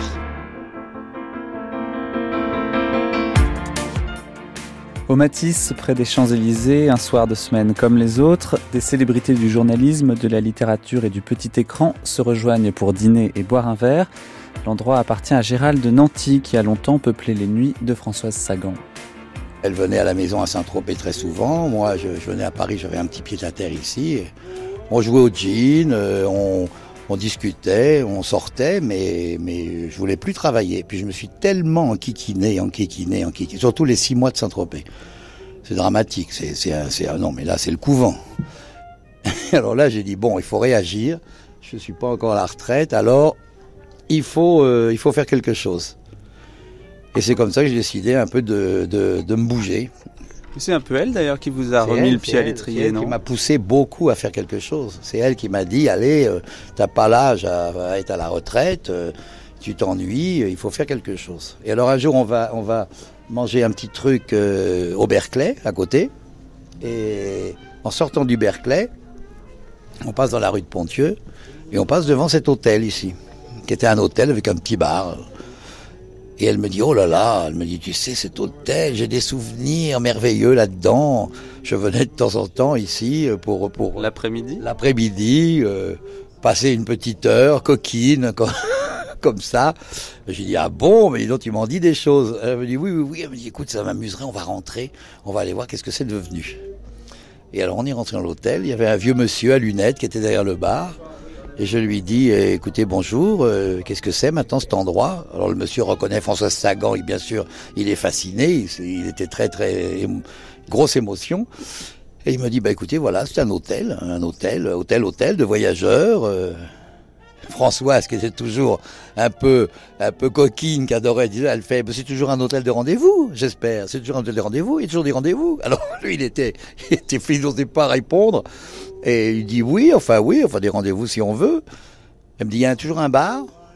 Au Matisse, près des Champs-Élysées, un soir de semaine comme les autres, des célébrités du journalisme, de la littérature et du petit écran se rejoignent pour dîner et boire un verre. L'endroit appartient à Gérald de Nanty, qui a longtemps peuplé les nuits de Françoise Sagan. Elle venait à la maison à Saint-Tropez très souvent. Moi, je venais à Paris, j'avais un petit pied-à-terre ici. On jouait au gin, on discutait, on sortait, mais je voulais plus travailler. Puis je me suis tellement enquiquiné, surtout les 6 mois de Saint-Tropez. C'est dramatique, non, mais là, c'est le couvent. Alors là, j'ai dit, bon, il faut réagir. Je suis pas encore à la retraite, alors il faut faire quelque chose. Et c'est comme ça que j'ai décidé un peu de me bouger. C'est un peu elle d'ailleurs qui vous a remis le pied à l'étrier, non? C'est elle qui m'a poussé beaucoup à faire quelque chose. C'est elle qui m'a dit, allez, t'as pas l'âge à être à la retraite, tu t'ennuies, il faut faire quelque chose. Et alors un jour, on va manger un petit truc au Berkeley, à côté. Et en sortant du Berkeley, on passe dans la rue de Pontieux, et on passe devant cet hôtel ici, qui était un hôtel avec un petit bar. Et elle me dit, oh là là, elle me dit, tu sais, cet hôtel, j'ai des souvenirs merveilleux là-dedans. Je venais de temps en temps ici pour l'après-midi, passer une petite heure, coquine, comme ça. J'ai dit, ah bon, mais dis donc, tu m'en dis des choses. Elle me dit, oui. Elle me dit, écoute, ça m'amuserait, on va rentrer, on va aller voir qu'est-ce que c'est devenu. Et alors, on est rentré dans l'hôtel, il y avait un vieux monsieur à lunettes qui était derrière le bar. Et je lui dis, écoutez, bonjour, qu'est-ce que c'est maintenant cet endroit? Alors le monsieur reconnaît Françoise Sagan, et bien sûr, il est fasciné, il était très grosse émotion. Et il me dit, écoutez, voilà, c'est un hôtel de voyageurs. Françoise, qui était toujours un peu coquine, qui adorait, disait, elle fait, c'est toujours un hôtel de rendez-vous, j'espère. C'est toujours un hôtel de rendez-vous, il y a toujours des rendez-vous. Alors lui, il était il n'osait pas répondre. Et il dit oui, enfin des rendez-vous si on veut. Elle me dit, il y a toujours un bar?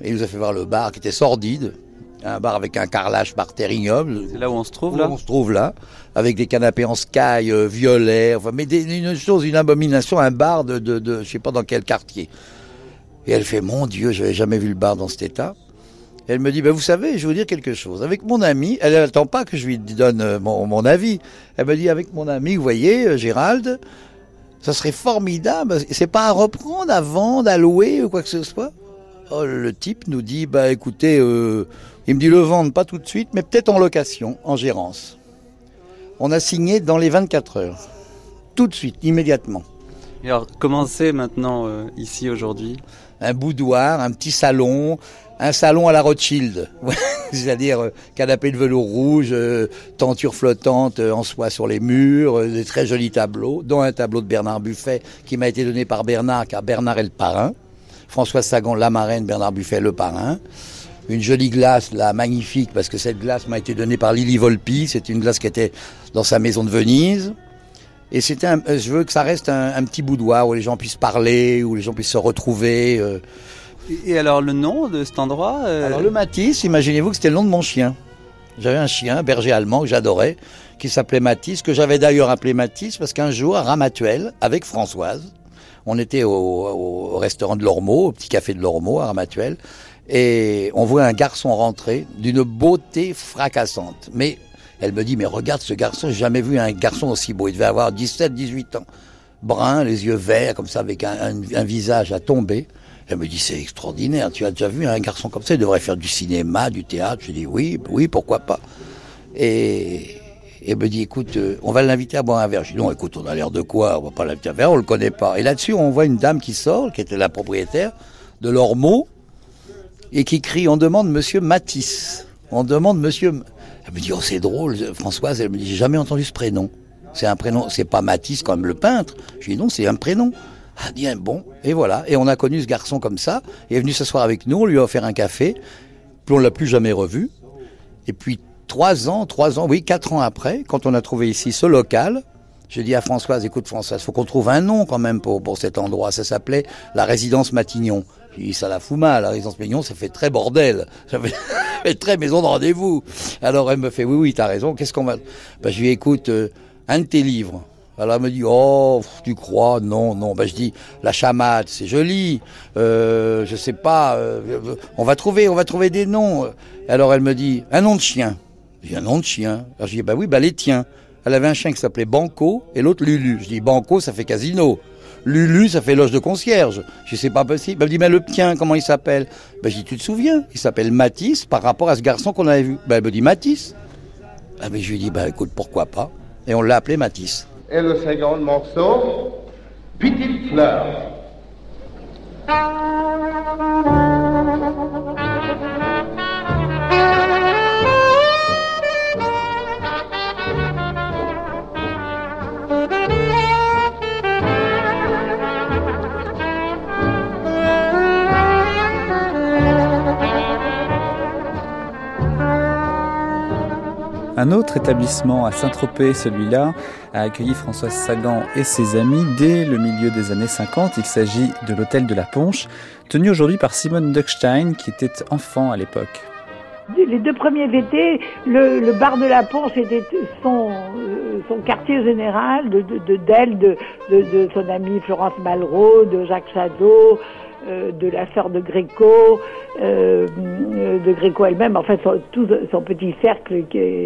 Et il nous a fait voir le bar qui était sordide. Un bar avec un carrelage par terre ignoble. C'est là où on se trouve, là ? On se trouve là, avec des canapés en sky, violet, enfin, mais une abomination, un bar de je sais pas dans quel quartier. Et elle fait, mon Dieu, je n'avais jamais vu le bar dans cet état. Et elle me dit, vous savez, je vais vous dire quelque chose. Avec mon ami, elle n'attend pas que je lui donne mon avis. Elle me dit, avec mon ami, vous voyez, Gérald, ça serait formidable. C'est pas à reprendre, à vendre, à louer ou quoi que ce soit. Oh, le type nous dit, écoutez, il me dit le vendre pas tout de suite, mais peut-être en location, en gérance. On a signé dans les 24 heures. Tout de suite, immédiatement. Et alors, comment c'est maintenant, ici, aujourd'hui ? Un boudoir, un petit salon, un salon à la Rothschild. C'est-à-dire canapé de velours rouge, tenture flottante en soie sur les murs, des très jolis tableaux, dont un tableau de Bernard Buffet qui m'a été donné par Bernard, car Bernard est le parrain. Françoise Sagan, la marraine, Bernard Buffet, le parrain. Une jolie glace, là, magnifique, parce que cette glace m'a été donnée par Lili Volpi. C'est une glace qui était dans sa maison de Venise. Et je veux que ça reste un petit boudoir où les gens puissent parler, où les gens puissent se retrouver. Et alors, le nom de cet endroit Alors, le Matisse, imaginez-vous que c'était le nom de mon chien. J'avais un chien, un berger allemand, que j'adorais, qui s'appelait Matisse, que j'avais d'ailleurs appelé Matisse, parce qu'un jour, à Ramatuelle, avec Françoise, on était au restaurant de l'Ormeau, au petit café de l'Ormeau, à Ramatuelle, et on voit un garçon rentrer d'une beauté fracassante. Mais elle me dit, mais regarde ce garçon, j'ai jamais vu un garçon aussi beau. Il devait avoir 17-18 ans. Brun, les yeux verts, comme ça, avec un visage à tomber. Elle me dit, c'est extraordinaire, tu as déjà vu un garçon comme ça, il devrait faire du cinéma, du théâtre. Je dis, oui, pourquoi pas. Et elle me dit, écoute, on va l'inviter à boire un verre. Je dis, non, écoute, on a l'air de quoi, on va pas l'inviter à un verre, on le connaît pas. Et là-dessus, on voit une dame qui sort, qui était la propriétaire de l'Ormeau, et qui crie, on demande monsieur Matisse. On demande monsieur... Elle me dit, oh, c'est drôle, Françoise, elle me dit, j'ai jamais entendu ce prénom. C'est un prénom, c'est pas Matisse comme le peintre. Je dis, non, c'est un prénom. Ah, bien, bon. Et voilà. Et on a connu ce garçon comme ça. Il est venu s'asseoir avec nous, on lui a offert un café. Puis on l'a plus jamais revu. Et puis 4 ans après, quand on a trouvé ici ce local, j'ai dit à Françoise, écoute Françoise, faut qu'on trouve un nom quand même pour cet endroit. Ça s'appelait la résidence Matignon. J'ai dit, ça la fout mal, la résidence Matignon, ça fait très bordel. Ça fait très maison de rendez-vous. Alors elle me fait, oui, t'as raison, qu'est-ce qu'on va... Je lui dis, écoute, un de tes livres. Alors elle me dit, oh, tu crois, non. Je dis, la chamade, c'est joli. Je sais pas, on va trouver des noms. Alors elle me dit, un nom de chien. J'ai un nom de chien. Alors je dis, oui, les tiens. Elle avait un chien qui s'appelait Banco et l'autre Lulu. Je dis, Banco, ça fait casino. Lulu, ça fait loge de concierge. Je dis, c'est pas possible. Elle me dit, mais le tien, comment il s'appelle? Je dis, tu te souviens? Il s'appelle Matisse par rapport à ce garçon qu'on avait vu. Elle me dit, Matisse. Mais je lui dis, écoute, pourquoi pas? Et on l'a appelé Matisse. Et le second morceau, Petite Fleur. Un autre établissement à Saint-Tropez, celui-là, a accueilli Françoise Sagan et ses amis dès le milieu des années 50. Il s'agit de l'hôtel de la Ponche, tenu aujourd'hui par Simone Duckstein, qui était enfant à l'époque. Les 2 premiers étés, le bar de la Ponche était son quartier général d'elle, de son amie Florence Malraux, de Jacques Chazot, de la sœur de Gréco, de Gréco elle-même, en fait tout son petit cercle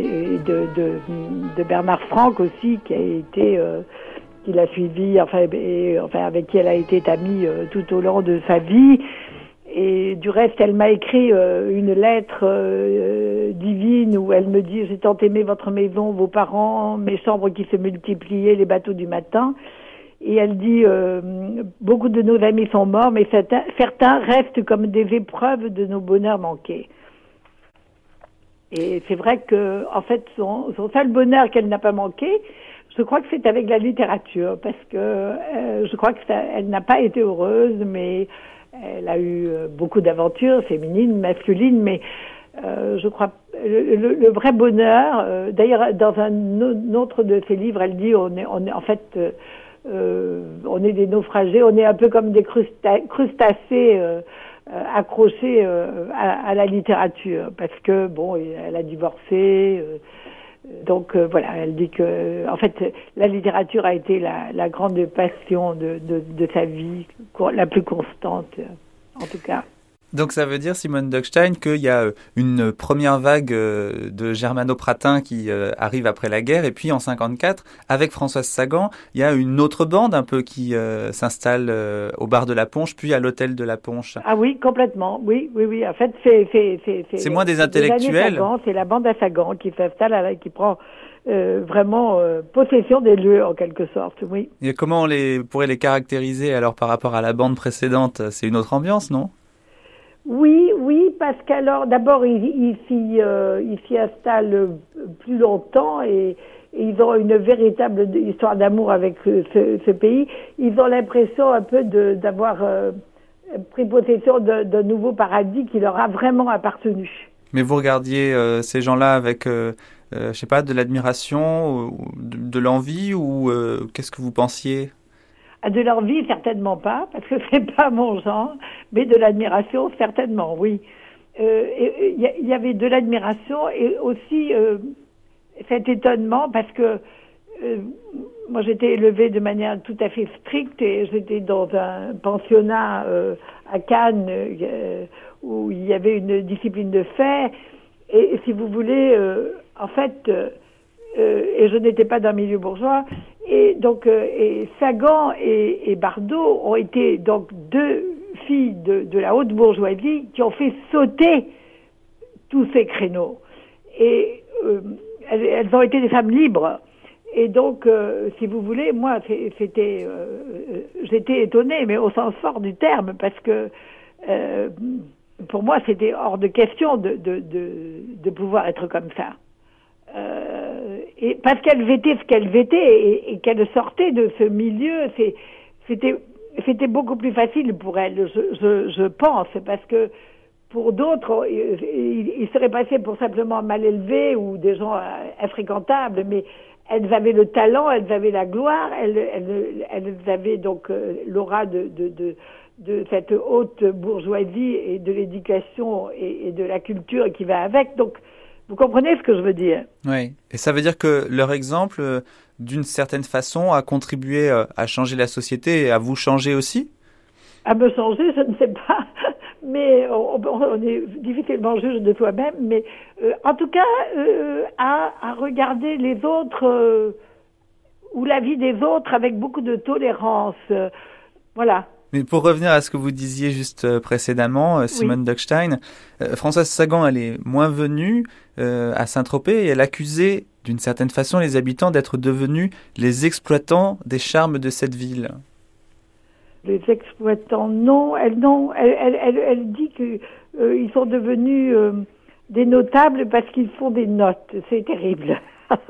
de Bernard Franck aussi, qui l'a suivi, avec qui elle a été amie tout au long de sa vie. Et du reste, elle m'a écrit une lettre divine où elle me dit « J'ai tant aimé votre maison, vos parents, mes chambres qui se multipliaient, les bateaux du matin ». Et elle dit beaucoup de nos amis sont morts, mais certains restent comme des épreuves de nos bonheurs manqués. Et c'est vrai que, en fait, son seul bonheur qu'elle n'a pas manqué, je crois que c'est avec la littérature, parce que je crois que elle n'a pas été heureuse, mais elle a eu beaucoup d'aventures féminines, masculines, mais je crois le vrai bonheur. D'ailleurs, dans un autre de ses livres, elle dit on est en fait on est des naufragés, on est un peu comme des crustacés accrochée à la littérature, parce que bon, elle a divorcé. Donc voilà, elle dit que en fait la littérature a été la grande passion de sa vie, la plus constante en tout cas. Donc ça veut dire, Simone Dockstein, qu'il y a une première vague de germano-pratins qui arrive après la guerre, et puis en 54, avec Françoise Sagan, il y a une autre bande un peu qui s'installe au bar de la Ponche, puis à l'hôtel de la Ponche. Ah oui, complètement, oui. En fait, c'est moins des intellectuels. Sagan, c'est la bande à Sagan qui s'installe, qui prend vraiment possession des lieux en quelque sorte, oui. Et comment on pourrait les caractériser alors par rapport à la bande précédente? C'est une autre ambiance, non? Oui, parce qu'alors, d'abord, ils s'y installent plus longtemps et ils ont une véritable histoire d'amour avec ce pays. Ils ont l'impression un peu d'avoir pris possession d'un nouveau paradis qui leur a vraiment appartenu. Mais vous regardiez ces gens-là avec, je sais pas, de l'admiration, ou de l'envie, ou qu'est-ce que vous pensiez? De l'envie, certainement pas, parce que c'est pas mon genre, mais de l'admiration, certainement, oui. Il y avait de l'admiration et aussi cet étonnement, parce que moi j'étais élevée de manière tout à fait stricte et j'étais dans un pensionnat à Cannes où il y avait une discipline de fait, et si vous voulez, en fait, et je n'étais pas d'un milieu bourgeois, et donc et Sagan et Bardot ont été donc deux filles de la haute bourgeoisie qui ont fait sauter tous ces créneaux, et elles ont été des femmes libres, et donc si vous voulez, moi j'étais étonnée, mais au sens fort du terme, parce que pour moi c'était hors de question de pouvoir être comme ça. Et parce qu'elle vêtait ce qu'elle vêtait et qu'elle sortait de ce milieu, c'était beaucoup plus facile pour elle, je pense, parce que pour d'autres, ils seraient passés pour simplement mal élevés ou des gens infréquentables, mais elles avaient le talent, elles avaient la gloire, elles avaient donc l'aura de cette haute bourgeoisie et de l'éducation et de la culture qui va avec. Donc vous comprenez ce que je veux dire? Oui. Et ça veut dire que leur exemple, d'une certaine façon, a contribué à changer la société et à vous changer aussi? À me changer, je ne sais pas. Mais on est difficilement juge de soi-même. Mais en tout cas, à regarder les autres ou la vie des autres avec beaucoup de tolérance. Voilà. Mais pour revenir à ce que vous disiez juste précédemment, Simone Dockstein, Françoise Sagan, elle est moins venue à Saint-Tropez et elle accusait d'une certaine façon les habitants d'être devenus les exploitants des charmes de cette ville. Les exploitants, non. Elle dit qu'ils sont devenus des notables parce qu'ils font des notes. C'est terrible.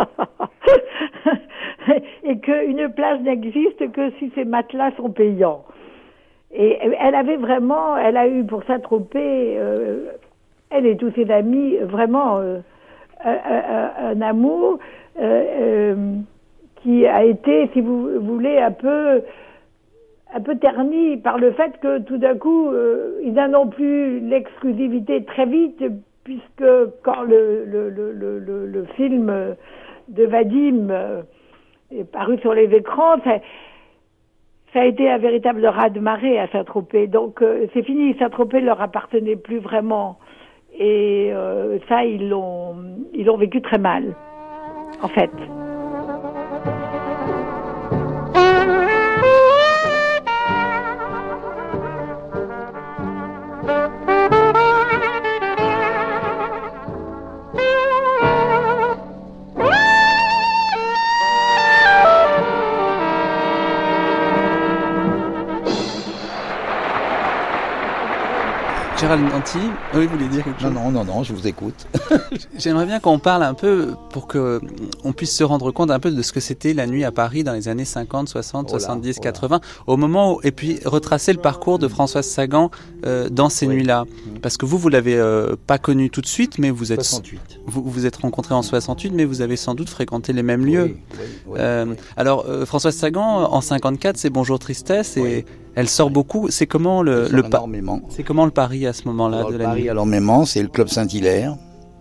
Et qu'une plage n'existe que si ces matelas sont payants. Et elle a eu pour Saint-Tropez, elle et tous ses amis, vraiment un amour qui a été, si vous voulez, un peu terni par le fait que tout d'un coup, ils n'en ont plus l'exclusivité très vite, puisque quand le film de Vadim est paru sur les écrans, ça a été un véritable raz-de-marée à Saint-Tropez. Donc c'est fini, Saint-Tropez leur appartenait plus vraiment. Et ça, ils l'ont vécu très mal, en fait. Gérald Nanty, oui, vous voulez dire quelque chose? Non, je vous écoute. J'aimerais bien qu'on parle un peu pour qu'on puisse se rendre compte un peu de ce que c'était la nuit à Paris dans les années 50, 60, 70, 80, au moment où, et puis retracer le parcours de Françoise Sagan dans ces nuits-là. Parce que vous l'avez pas connu tout de suite, mais vous êtes 68. Vous êtes rencontrés en 68, mais vous avez sans doute fréquenté les mêmes lieux. Oui. Alors, Françoise Sagan, en 54, c'est Bonjour Tristesse, et Elle sort beaucoup. C'est comment énormément. C'est comment le Paris à ce moment-là de la nuit? Paris, énormément, c'est le club Saint-Hilaire.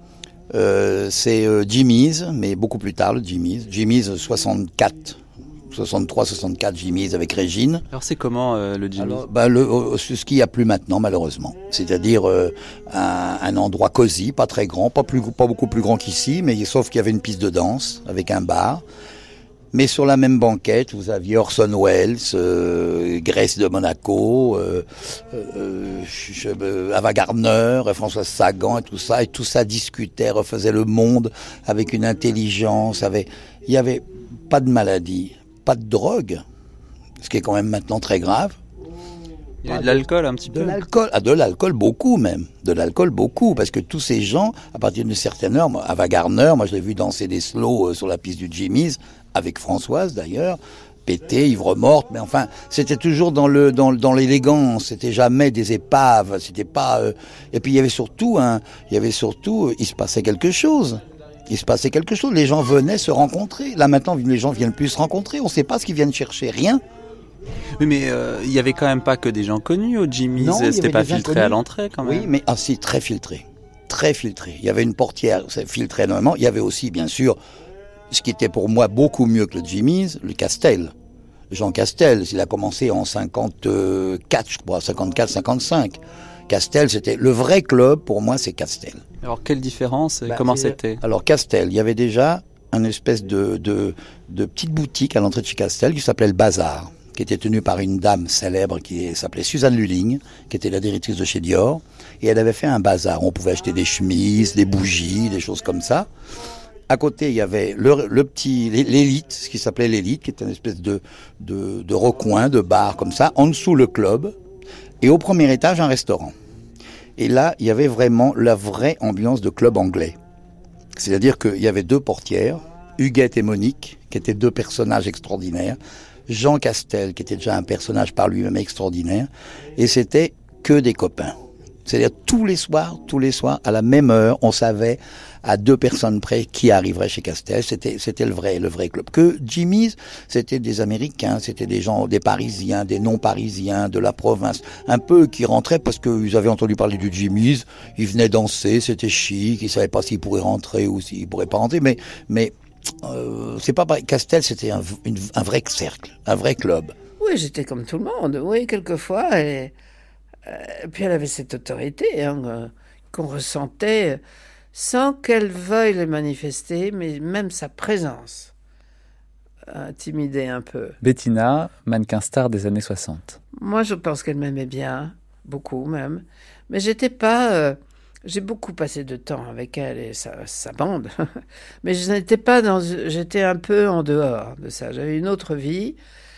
C'est Jimmy's, mais beaucoup plus tard, le Jimmy's. Jimmy's 64. 63-64 Jimmy's avec Régine. Alors c'est comment le Jimmy's? C'est ce qu'il n'y a plus maintenant malheureusement. C'est-à-dire un endroit cosy, pas très grand, pas beaucoup plus grand qu'ici, mais sauf qu'il y avait une piste de danse avec un bar. Mais sur la même banquette, vous aviez Orson Welles, Grace de Monaco, Ava Gardner, Françoise Sagan et tout ça discutait, refaisait le monde avec une intelligence. Il y avait pas de maladie, pas de drogue, ce qui est quand même maintenant très grave. Il y a de l'alcool un petit peu. De l'alcool beaucoup même. De l'alcool beaucoup, parce que tous ces gens, à partir d'une certaine heure, Ava Gardner, moi je l'ai vu danser des slows sur la piste du Jimmy's, avec Françoise d'ailleurs, pété, ivre morte, mais enfin, c'était toujours dans l'élégance, c'était jamais des épaves, c'était pas... Et puis il se passait quelque chose. Les gens venaient se rencontrer. Là maintenant, les gens viennent plus se rencontrer, on ne sait pas ce qu'ils viennent chercher, rien. Oui, mais il y avait quand même pas que des gens connus au Jimmy's, c'était pas filtré inconnus à l'entrée quand même. Oui, mais si, très filtré. Très filtré. Il y avait une portière, ça filtrait énormément. Il y avait aussi, bien sûr, ce qui était pour moi beaucoup mieux que le Jimmy's, le Castel. Jean Castel, il a commencé en 54, je crois, 54-55. Castel, c'était le vrai club, pour moi, c'est Castel. Alors, quelle différence et comment c'était? Alors, Castel, il y avait déjà une espèce de petite boutique à l'entrée de chez Castel qui s'appelait le Bazar, qui était tenue par une dame célèbre qui s'appelait Suzanne Lulling, qui était la directrice de chez Dior. Et elle avait fait un bazar. On pouvait acheter des chemises, des bougies, des choses comme ça. À côté, il y avait l'élite, ce qui s'appelait l'élite, qui était une espèce de recoin, de bar comme ça. En dessous, le club. Et au premier étage, un restaurant. Et là, il y avait vraiment la vraie ambiance de club anglais. C'est-à-dire qu'il y avait deux portières, Huguette et Monique, qui étaient deux personnages extraordinaires. Jean Castel, qui était déjà un personnage par lui-même extraordinaire. Et c'était que des copains. C'est-à-dire tous les soirs, à la même heure, on savait à 2 personnes près qui arriverait chez Castel. C'était le vrai club. Que Jimmy's, c'était des Américains, c'était des gens, des Parisiens, des non-Parisiens, de la province, un peu qui rentraient parce qu'ils avaient entendu parler du Jimmy's, ils venaient danser, c'était chic, ils savaient pas s'ils pourraient rentrer ou s'ils pourraient pas rentrer, mais c'est pas pareil. Castel, c'était un vrai cercle, un vrai club. Oui, j'étais comme tout le monde, oui, quelquefois, et puis elle avait cette autorité qu'on ressentait sans qu'elle veuille le manifester, mais même sa présence intimidait un peu. Bettina, mannequin star des années 60. Moi, je pense qu'elle m'aimait bien, beaucoup même, mais j'étais pas... j'ai beaucoup passé de temps avec elle et sa bande, mais je n'étais pas j'étais un peu en dehors de ça. J'avais une autre vie.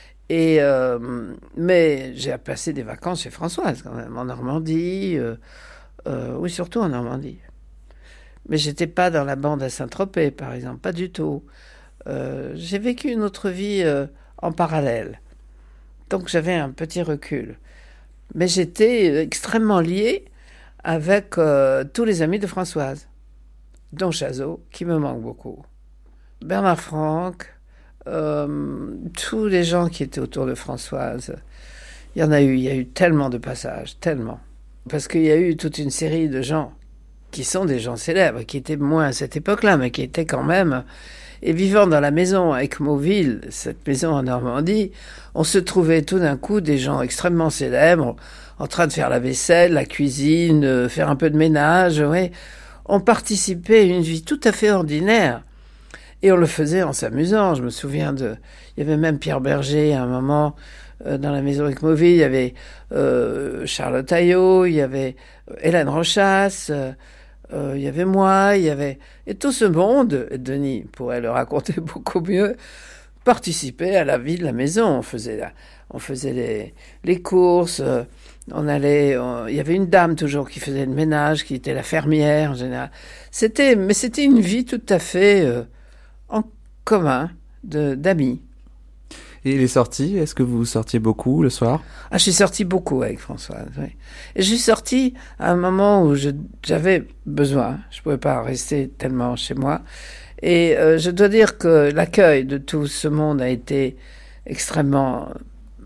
Mais j'ai passé des vacances chez Françoise quand même, en Normandie, oui, surtout en Normandie. Mais j'étais pas dans la bande à Saint-Tropez, par exemple, pas du tout. J'ai vécu une autre vie en parallèle, donc j'avais un petit recul. Mais j'étais extrêmement liée avec tous les amis de Françoise, dont Chazot, qui me manque beaucoup, Bernard Franck, tous les gens qui étaient autour de Françoise. Il y a eu tellement de passages, tellement. Parce qu'il y a eu toute une série de gens qui sont des gens célèbres, qui étaient moins à cette époque-là, mais qui étaient quand même... Et vivant dans la maison à Ecmoville, cette maison en Normandie, on se trouvait tout d'un coup des gens extrêmement célèbres, en train de faire la vaisselle, la cuisine, faire un peu de ménage, ouais. On participait à une vie tout à fait ordinaire. Et on le faisait en s'amusant. Je me souviens il y avait même Pierre Berger à un moment dans la maison Ecmoville. Il y avait Charlotte Ayot, il y avait Hélène Rochas, il y avait moi, et tout ce monde, Denis pourrait le raconter beaucoup mieux, participait à la vie de la maison. On faisait les courses, il y avait une dame toujours qui faisait le ménage, qui était la fermière en général. C'était une vie tout à fait en commun d'amis. Et les sorties, est-ce que vous sortiez beaucoup le soir? Je suis sortie beaucoup avec Françoise, oui. Et je suis sortie à un moment où j'avais besoin. Je ne pouvais pas rester tellement chez moi. Et je dois dire que l'accueil de tout ce monde a été extrêmement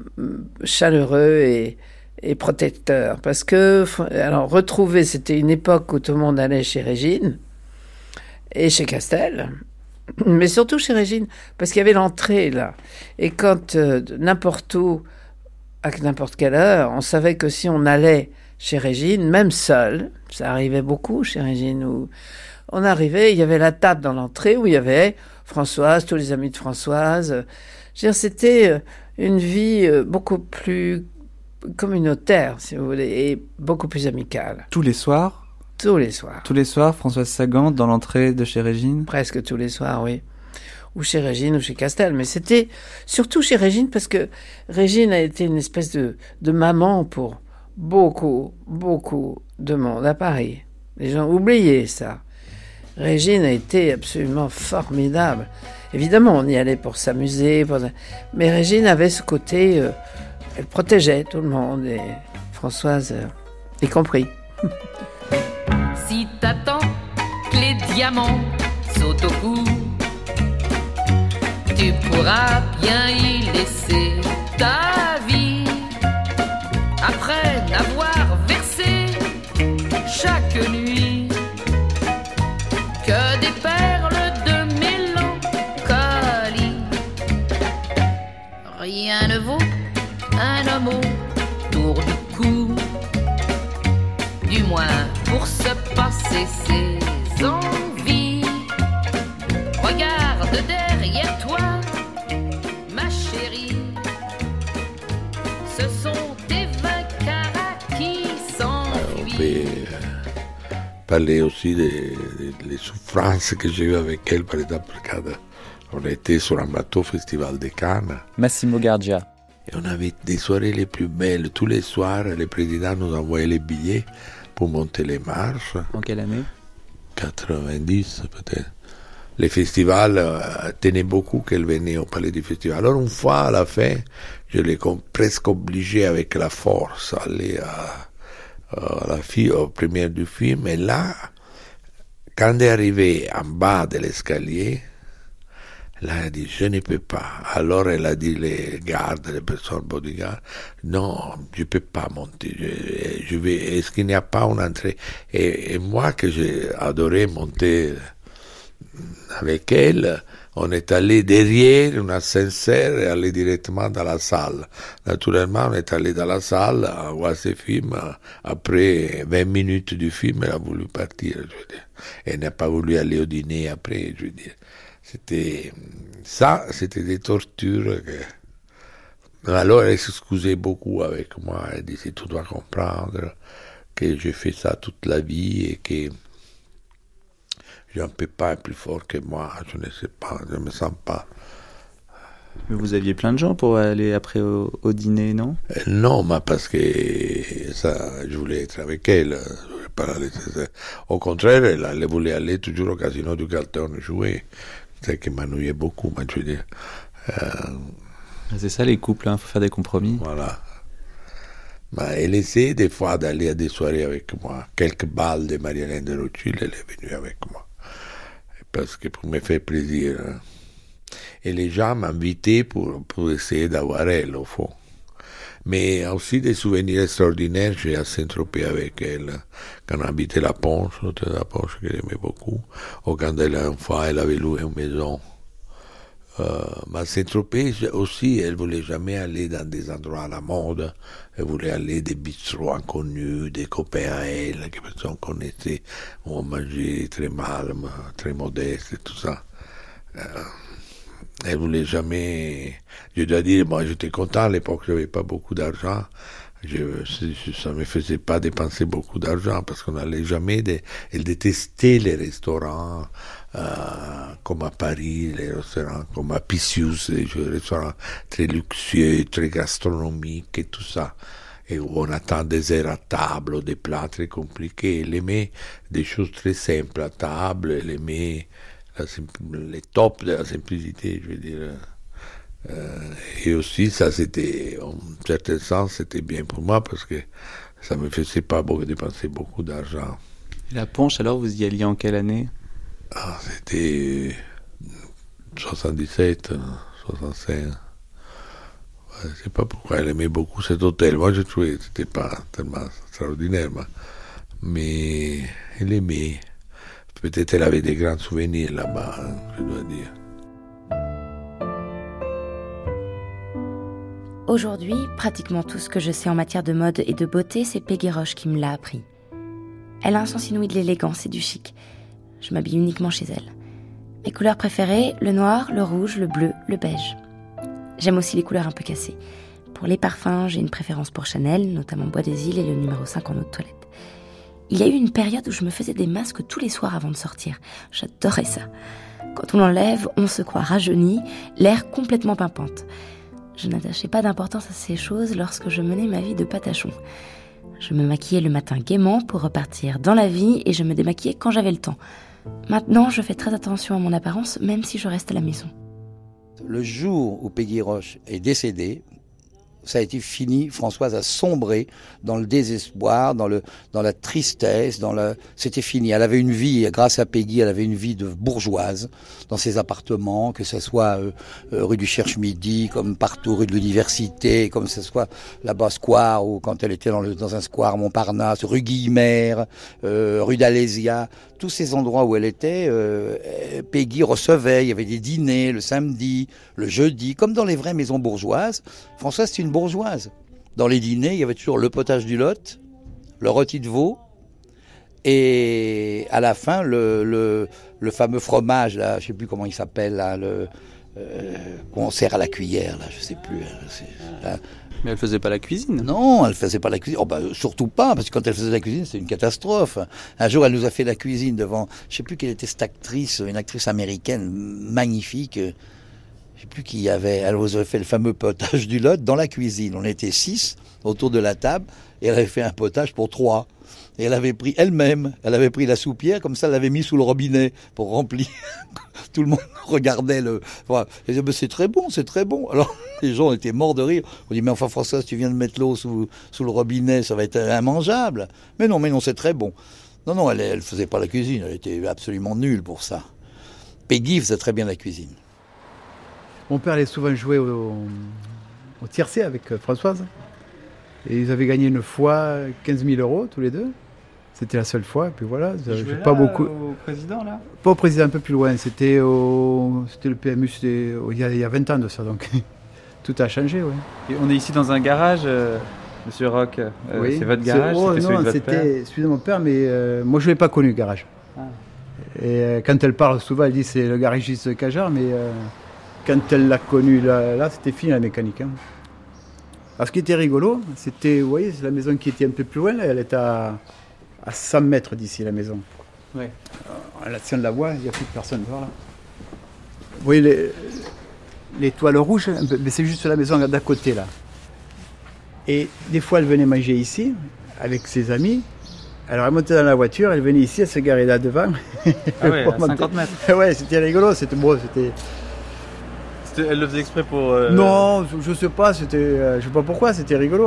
chaleureux et protecteur. Parce que, alors, retrouver, c'était une époque où tout le monde allait chez Régine et chez Castel, mais surtout chez Régine, parce qu'il y avait l'entrée là. Et quand n'importe où, à n'importe quelle heure, on savait que si on allait chez Régine, même seul, ça arrivait beaucoup chez Régine, où on arrivait, il y avait la table dans l'entrée où il y avait Françoise, tous les amis de Françoise. Je veux dire, c'était une vie beaucoup plus communautaire, si vous voulez, et beaucoup plus amicale. Tous les soirs? Tous les soirs. Tous les soirs, Françoise Sagan dans l'entrée de chez Régine? Presque tous les soirs, oui. Ou chez Régine ou chez Castel. Mais c'était surtout chez Régine parce que Régine a été une espèce de maman pour beaucoup de monde à Paris. Les gens oubliaient ça. Régine a été absolument formidable. Évidemment, on y allait pour s'amuser, mais Régine avait ce côté... elle protégeait tout le monde, et Françoise y compris. Si t'attends que les diamants sautent au cou, tu pourras bien y laisser ta vie. Après n'avoir versé chaque nuit que des perles de mélancolie, rien ne vaut un homme autour du cou, du moins pour se passer ses envies. Regarde derrière toi, ma chérie, ce sont tes vacarats qui s'enfuient. On peut parler aussi des souffrances que j'ai eues avec elle, par exemple, quand on était sur un bateau Festival de Cannes. Massimo Gardia. Et on avait des soirées les plus belles. Tous les soirs, le président nous envoyait les billets pour monter les marches. En quelle année? 90 peut-être. Les festivals tenaient beaucoup qu'elle venait au palais du festival. Alors une fois à la fin, je l'ai presque obligé avec la force à aller aux premières du film. Et là, quand elle est arrivée en bas de l'escalier, là, elle a dit, je ne peux pas. Alors, elle a dit, les gardes, les personnes bodyguards, non, je ne peux pas monter. Je vais, est-ce qu'il n'y a pas une entrée? Et moi, que j'ai adoré monter avec elle, on est allé derrière un ascenseur et allé directement dans la salle. Naturellement, on est allé dans la salle à voir ce film. Après 20 minutes du film, elle a voulu partir, je veux dire. Elle n'a pas voulu aller au dîner après, je veux dire. C'était des tortures. Alors elle s'excusait beaucoup avec moi. Elle disait, tu dois comprendre que j'ai fait ça toute la vie et que je ne peux pas être plus fort que moi. Je ne sais pas, je ne me sens pas. Mais vous aviez plein de gens pour aller après au dîner, non? Non, mais parce que ça, je voulais être avec elle. Je voulais pas la laisser. Au contraire, elle voulait aller toujours au casino du Carlton jouer. C'est qui m'ennuyait beaucoup, je veux dire. C'est ça les couples, il faut faire des compromis. Voilà. Mais elle essayait des fois d'aller à des soirées avec moi. Quelques balles de Marie-Hélène de Rothschild, elle est venue avec moi. Parce que pour me faire plaisir. Hein. Et les gens m'invitaient pour essayer d'avoir elle, au fond. Mais aussi des souvenirs extraordinaires, j'ai à Saint-Tropez avec elle. Quand on habitait la Ponche, l'hôtel de la Ponche, que j'aimais beaucoup. Ou quand elle avait loué une maison. Mais à Saint-Tropez aussi, elle voulait jamais aller dans des endroits à la mode. Elle voulait aller des bistrots inconnus, des copains à elle, que personne connaissait. On mangeait très mal, très modeste et tout ça. Elle voulait jamais... Je dois dire, moi j'étais content à l'époque, je n'avais pas beaucoup d'argent. Ça ne me faisait pas dépenser beaucoup d'argent parce qu'on n'allait jamais... Elle détestait les restaurants comme à Paris, les restaurants comme à Pissius, les restaurants très luxueux, très gastronomiques et tout ça. Et où on attend des heures à table, des plats très compliqués. Elle aimait des choses très simples à table, elle aimait... les tops de la simplicité, je veux dire. Et aussi, ça, c'était, en certain sens, c'était bien pour moi parce que ça me faisait pas dépenser beaucoup d'argent. Et la Ponche, alors, vous y alliez en quelle année? C'était 77, 65. Je ne sais pas pourquoi elle aimait beaucoup cet hôtel. Moi, je trouvais que ce n'était pas tellement extraordinaire, mais elle aimait. Peut-être elle avait des grands souvenirs là-bas, je dois dire. Aujourd'hui, pratiquement tout ce que je sais en matière de mode et de beauté, c'est Peggy Roche qui me l'a appris. Elle a un sens inouï de l'élégance et du chic. Je m'habille uniquement chez elle. Mes couleurs préférées, le noir, le rouge, le bleu, le beige. J'aime aussi les couleurs un peu cassées. Pour les parfums, j'ai une préférence pour Chanel, notamment Bois des Îles et le numéro 5 en eau de toilette. Il y a eu une période où je me faisais des masques tous les soirs avant de sortir. J'adorais ça. Quand on l'enlève, on se croit rajeuni, l'air complètement pimpante. Je n'attachais pas d'importance à ces choses lorsque je menais ma vie de patachon. Je me maquillais le matin gaiement pour repartir dans la vie et je me démaquillais quand j'avais le temps. Maintenant, je fais très attention à mon apparence, même si je reste à la maison. Le jour où Peggy Roche est décédée, ça a été fini. Françoise a sombré dans le désespoir, dans la tristesse, c'était fini. Elle avait une vie, grâce à Peggy, elle avait une vie de bourgeoise dans ses appartements, que ce soit rue du Cherche-Midi, comme partout, rue de l'Université, comme ce soit là-bas square, ou quand elle était dans un square Montparnasse, rue Guillemère, rue d'Alésia, tous ces endroits où elle était, Peggy recevait, il y avait des dîners le samedi, le jeudi, comme dans les vraies maisons bourgeoises. Françoise, c'est une bourgeoise. Dans les dîners, il y avait toujours le potage du Lot, le rôti de veau, et à la fin, le fameux fromage, là, je ne sais plus comment il s'appelle, là, qu'on sert à la cuillère, là, je ne sais plus. Là. Mais elle faisait pas la cuisine. Non, elle faisait pas la cuisine. Surtout pas, parce que quand elle faisait la cuisine, c'était une catastrophe. Un jour, elle nous a fait la cuisine devant, je sais plus quelle était cette actrice, une actrice américaine magnifique. Je sais plus qui y avait. Elle nous avait fait le fameux potage du Lot dans la cuisine. On était 6 autour de la table et elle avait fait un potage pour 3. Et elle avait pris elle-même, elle avait pris la soupière, comme ça elle l'avait mis sous le robinet pour remplir. Tout le monde regardait Voilà. Elle disait, c'est très bon, c'est très bon. Alors les gens étaient morts de rire. On dit, mais enfin Françoise, tu viens de mettre l'eau sous le robinet, ça va être immangeable. Mais non, c'est très bon. Non, elle faisait pas la cuisine, elle était absolument nulle pour ça. Peggy faisait très bien la cuisine. Mon père allait souvent jouer au tiercé avec Françoise. Et ils avaient gagné une fois 15 000 euros tous les deux. C'était la seule fois, et puis voilà. Pas beaucoup. Au président, là ? Pas au président, un peu plus loin. C'était le PMU, il y a 20 ans de ça, donc tout a changé, oui. Et on est ici dans un garage, Monsieur Roch. Oui. C'est votre garage, c'était celui de votre père ? Celui de mon père, mais moi je ne l'ai pas connu, le garage. Ah. Et quand elle parle souvent, elle dit c'est le garagiste Cajard, mais quand elle l'a connu, là c'était fini la mécanique. Hein. Alors, ce qui était rigolo, c'était, vous voyez, c'est la maison qui était un peu plus loin, là, elle est à 100 mètres d'ici, la maison. Ouais. Alors, si on la voit, il n'y a plus de personne, voilà. Vous voyez les toiles rouges, mais c'est juste la maison d'à côté, là. Et des fois, elle venait manger ici, avec ses amis. Alors, elle montait dans la voiture, elle venait ici, elle se garait là devant. Ah ouais, à 50 mètres. Ouais, c'était rigolo, c'était beau, c'était... Elle le faisait exprès pour... Non, je sais pas, je sais pas pourquoi, c'était rigolo.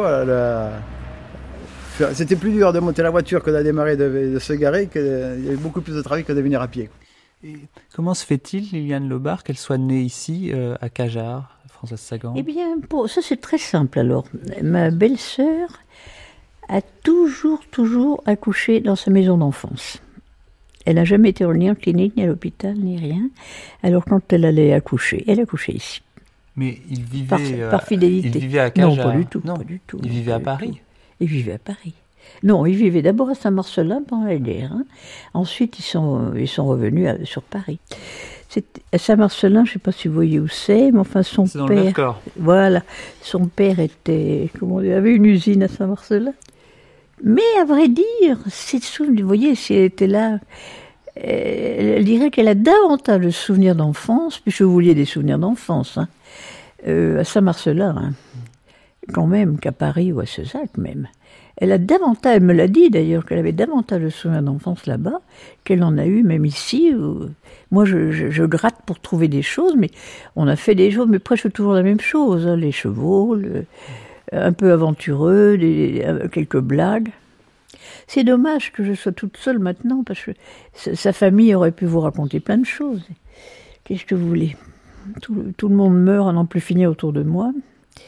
C'était plus dur de monter la voiture que de démarrer, de se garer, il y avait beaucoup plus de travail que de venir à pied. Et comment se fait-il, Liliane Laubart, qu'elle soit née ici, à Cajarc, Françoise Sagan ? Eh bien, ça c'est très simple alors. Ma belle-sœur a toujours accouché dans sa maison d'enfance. Elle n'a jamais été ni en clinique, ni à l'hôpital, ni rien. Alors quand elle allait accoucher, elle accouchait ici. Mais il vivait... Par fidélité. Il vivait à Cajarc. Non, pas du tout. Non, pas du tout. Il vivait à Paris. Il vivait à Paris. Non, il vivait d'abord à Saint-Marcelin pendant la guerre. Hein. Ensuite, ils sont revenus sur Paris. À Saint-Marcelin, je ne sais pas si vous voyez où c'est, mais enfin son c'est père... dans le Vercors. Voilà. Son père avait une usine à Saint-Marcelin. Mais à vrai dire, vous voyez, si elle était là, elle dirait qu'elle a davantage de souvenirs d'enfance, puisque vous vouliez des souvenirs d'enfance, hein, à Saint-Marcelin, hein, quand même, qu'à Paris ou à Cezac même. Elle me l'a dit d'ailleurs, qu'elle avait davantage de souvenirs d'enfance là-bas qu'elle en a eu même ici. Moi, je gratte pour trouver des choses, mais on a fait des choses, mais presque toujours la même chose, hein, les chevaux, un peu aventureux, quelques blagues. C'est dommage que je sois toute seule maintenant, parce que sa famille aurait pu vous raconter plein de choses. Qu'est-ce que vous voulez ? Tout le monde meurt à n'en plus finir autour de moi.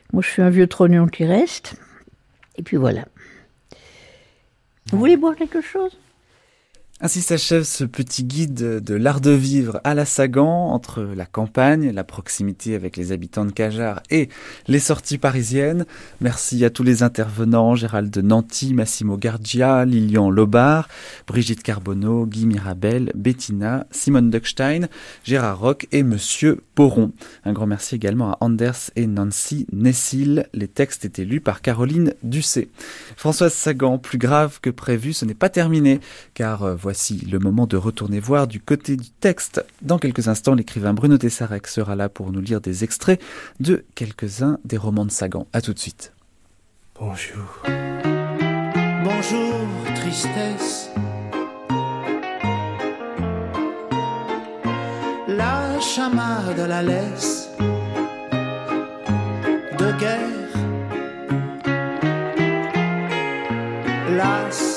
Moi, je suis un vieux trognon qui reste. Et puis voilà. Vous voulez boire quelque chose ? Ainsi s'achève ce petit guide de l'art de vivre à la Sagan, entre la campagne, la proximité avec les habitants de Cajarc et les sorties parisiennes. Merci à tous les intervenants, Gérald de Nanty, Massimo Gargia, Lilian Lobard, Brigitte Carbonneau, Guy Mirabel, Bettina, Simone Duckstein, Gérard Roch et Monsieur Poron. Un grand merci également à Anders et Nancy Nessil. Les textes étaient lus par Caroline Ducé. Françoise Sagan, plus grave que prévu, ce n'est pas terminé, car voici le moment de retourner voir du côté du texte. Dans quelques instants, l'écrivain Bruno Tessarec sera là pour nous lire des extraits de quelques-uns des romans de Sagan. À tout de suite. Bonjour. Bonjour, tristesse. La chamade à la laisse de guerre. Las.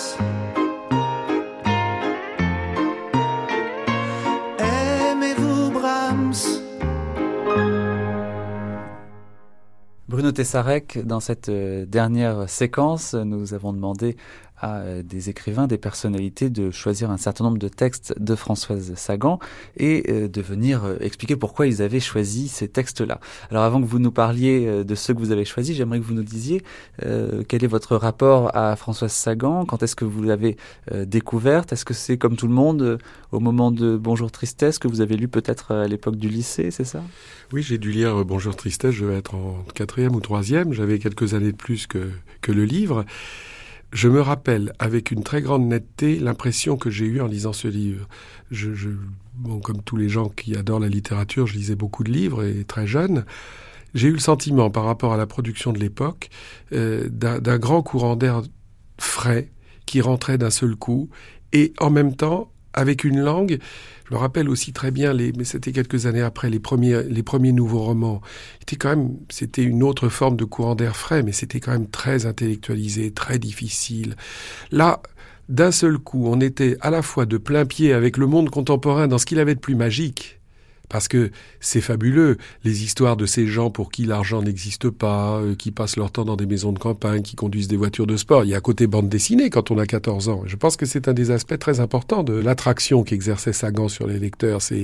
Bruno Tessarec, dans cette dernière séquence, nous avons demandé à des écrivains, des personnalités de choisir un certain nombre de textes de Françoise Sagan et de venir expliquer pourquoi ils avaient choisi ces textes-là. Alors avant que vous nous parliez de ceux que vous avez choisis, j'aimerais que vous nous disiez quel est votre rapport à Françoise Sagan, quand est-ce que vous l'avez découverte, est-ce que c'est comme tout le monde au moment de Bonjour Tristesse que vous avez lu peut-être à l'époque du lycée, c'est ça ? Oui, j'ai dû lire Bonjour Tristesse, je vais être en 4e ou 3e, j'avais quelques années de plus que le livre. Je me rappelle avec une très grande netteté l'impression que j'ai eue en lisant ce livre. Bon, comme tous les gens qui adorent la littérature, je lisais beaucoup de livres et très jeune. J'ai eu le sentiment, par rapport à la production de l'époque, d'un grand courant d'air frais qui rentrait d'un seul coup et en même temps avec une langue. Je me rappelle aussi très bien, mais c'était quelques années après, les premiers nouveaux romans. C'était une autre forme de courant d'air frais, mais c'était quand même très intellectualisé, très difficile. Là, d'un seul coup, on était à la fois de plein pied avec le monde contemporain dans ce qu'il avait de plus magique. Parce que c'est fabuleux, les histoires de ces gens pour qui l'argent n'existe pas, qui passent leur temps dans des maisons de campagne, qui conduisent des voitures de sport. Il y a à côté bande dessinée quand on a 14 ans. Je pense que c'est un des aspects très importants de l'attraction qu'exerçait Sagan sur les lecteurs. C'est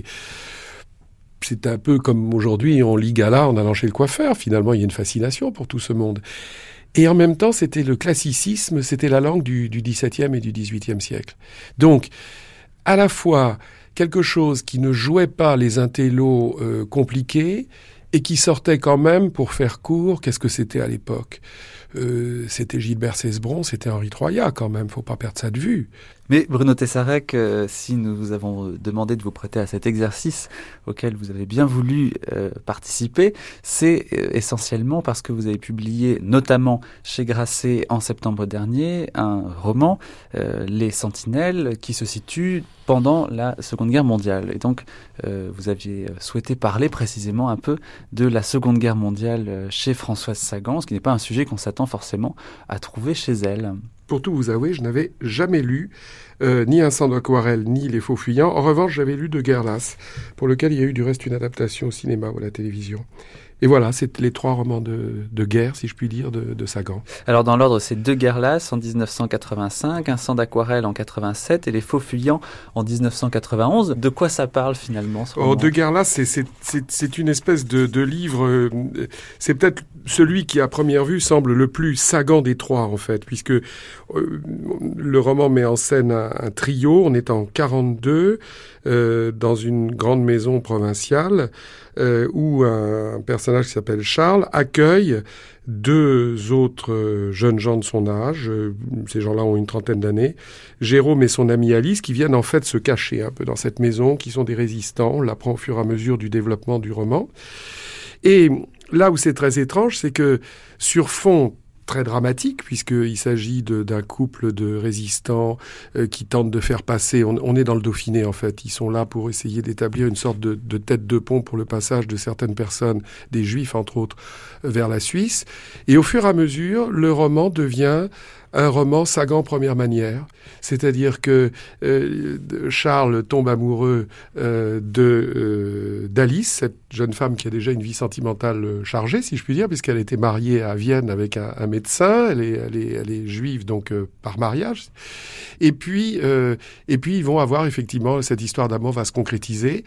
un peu comme aujourd'hui, on lit Gala en allant chez le coiffeur. Finalement, il y a une fascination pour tout ce monde. Et en même temps, c'était le classicisme, c'était la langue du XVIIe et du XVIIIe siècle. Donc, à la fois quelque chose qui ne jouait pas les intellos compliqués et qui sortait quand même pour faire court. Qu'est-ce que c'était à l'époque ? C'était Gilbert Cesbron, c'était Henri Troyat quand même, faut pas perdre ça de vue. Mais Bruno Tessarec, si nous vous avons demandé de vous prêter à cet exercice auquel vous avez bien voulu participer, c'est essentiellement parce que vous avez publié, notamment chez Grasset en septembre dernier, un roman, Les Sentinelles, qui se situe pendant la Seconde Guerre mondiale. Et donc, vous aviez souhaité parler précisément un peu de la Seconde Guerre mondiale chez Françoise Sagan, ce qui n'est pas un sujet qu'on s'attend forcément à trouver chez elle. Pour tout vous avouer, je n'avais jamais lu ni Un sang d'aquarelle, ni Les Faux Fuyants. En revanche, j'avais lu De Guerlas, pour lequel il y a eu du reste une adaptation au cinéma ou à la télévision. Et voilà, c'est les 3 romans de guerre, si je puis dire, de Sagan. Alors dans l'ordre, c'est De Guerlas en 1985, Un sang d'aquarelle en 87 et Les Faux Fuyants en 1991. De quoi ça parle finalement ce roman ? De Guerlas, c'est une espèce de livre, c'est peut-être celui qui à première vue semble le plus Sagan des 3 en fait, puisque le roman met en scène un trio, on est en 42, dans une grande maison provinciale, où un personnage qui s'appelle Charles accueille 2 autres jeunes gens de son âge, ces gens-là ont une trentaine d'années, Jérôme et son amie Alice, qui viennent en fait se cacher un peu dans cette maison, qui sont des résistants, on l'apprend au fur et à mesure du développement du roman. Et là où c'est très étrange, c'est que sur fond très dramatique, puisqu'il s'agit d'un couple de résistants qui tentent de faire passer... On est dans le Dauphiné, en fait. Ils sont là pour essayer d'établir une sorte de tête de pont pour le passage de certaines personnes, des Juifs, entre autres, vers la Suisse. Et au fur et à mesure, le roman devient un roman Sagan première manière, c'est-à-dire que Charles tombe amoureux d'Alice, cette jeune femme qui a déjà une vie sentimentale chargée, si je puis dire, puisqu'elle était mariée à Vienne avec un médecin, elle est juive donc par mariage, et puis ils vont avoir effectivement, cette histoire d'amour va se concrétiser,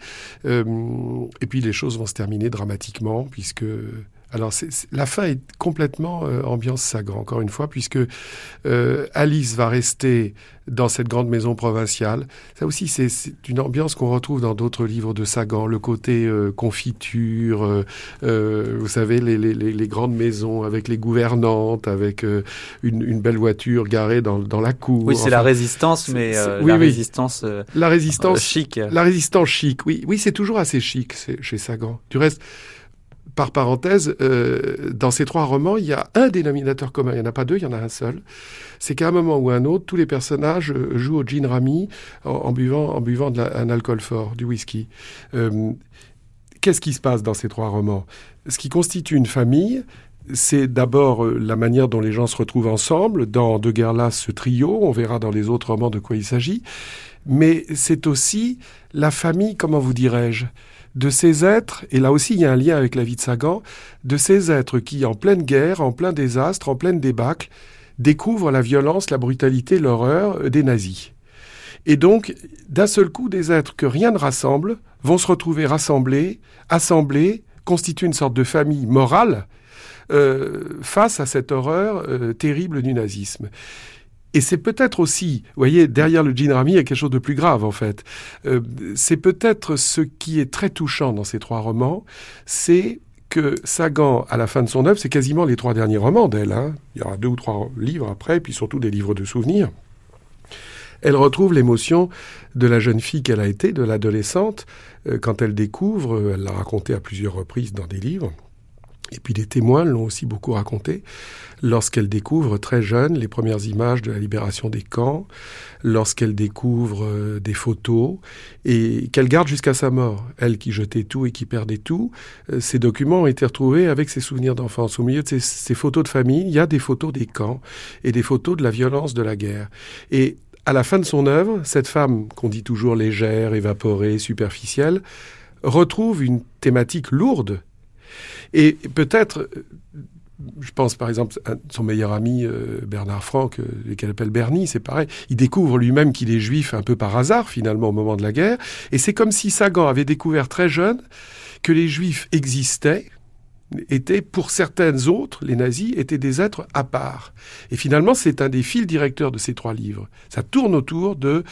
et puis les choses vont se terminer dramatiquement, puisque... Alors, la fin est complètement ambiance Sagan, encore une fois, puisque Alice va rester dans cette grande maison provinciale. Ça aussi, c'est une ambiance qu'on retrouve dans d'autres livres de Sagan, le côté confiture, vous savez, les grandes maisons avec les gouvernantes, avec une belle voiture garée dans la cour. Oui, c'est la résistance, mais résistance chic. La résistance chic, oui, c'est toujours assez chic chez Sagan. Du reste... Par parenthèse, dans ces 3 romans, il y a un dénominateur commun. Il n'y en a pas 2, il y en a un seul. C'est qu'à un moment ou à un autre, tous les personnages jouent au gin rami en buvant un alcool fort, du whisky. Qu'est-ce qui se passe dans ces 3 romans ? Ce qui constitue une famille, c'est d'abord la manière dont les gens se retrouvent ensemble. Dans De Guerlas, ce trio, on verra dans les autres romans de quoi il s'agit. Mais c'est aussi la famille, comment vous dirais-je ? De ces êtres, et là aussi il y a un lien avec la vie de Sagan, de ces êtres qui, en pleine guerre, en plein désastre, en pleine débâcle, découvrent la violence, la brutalité, l'horreur des nazis. Et donc, d'un seul coup, des êtres que rien ne rassemble vont se retrouver rassemblés, assemblés, constituer une sorte de famille morale face à cette horreur terrible du nazisme. Et c'est peut-être aussi, vous voyez, derrière le gin rami, il y a quelque chose de plus grave, en fait. C'est peut-être ce qui est très touchant dans ces 3 romans, c'est que Sagan, à la fin de son œuvre, c'est quasiment les 3 derniers romans d'elle. Il y aura 2 ou 3 livres après, puis surtout des livres de souvenirs. Elle retrouve l'émotion de la jeune fille qu'elle a été, de l'adolescente, quand elle découvre, elle l'a raconté à plusieurs reprises dans des livres, et puis les témoins l'ont aussi beaucoup raconté, lorsqu'elle découvre très jeune les premières images de la libération des camps, lorsqu'elle découvre des photos et qu'elle garde jusqu'à sa mort. Elle qui jetait tout et qui perdait tout, ces documents ont été retrouvés avec ses souvenirs d'enfance. Au milieu de ces photos de famille, il y a des photos des camps et des photos de la violence de la guerre. Et à la fin de son œuvre, cette femme qu'on dit toujours légère, évaporée, superficielle, retrouve une thématique lourde. Et peut-être, je pense par exemple à son meilleur ami Bernard Franck, qu'elle appelle Bernie, c'est pareil. Il découvre lui-même qu'il est juif un peu par hasard finalement au moment de la guerre. Et c'est comme si Sagan avait découvert très jeune que les juifs existaient, étaient pour certaines autres, les nazis, étaient des êtres à part. Et finalement, c'est un des fils directeurs de ces 3 livres. Ça tourne autour de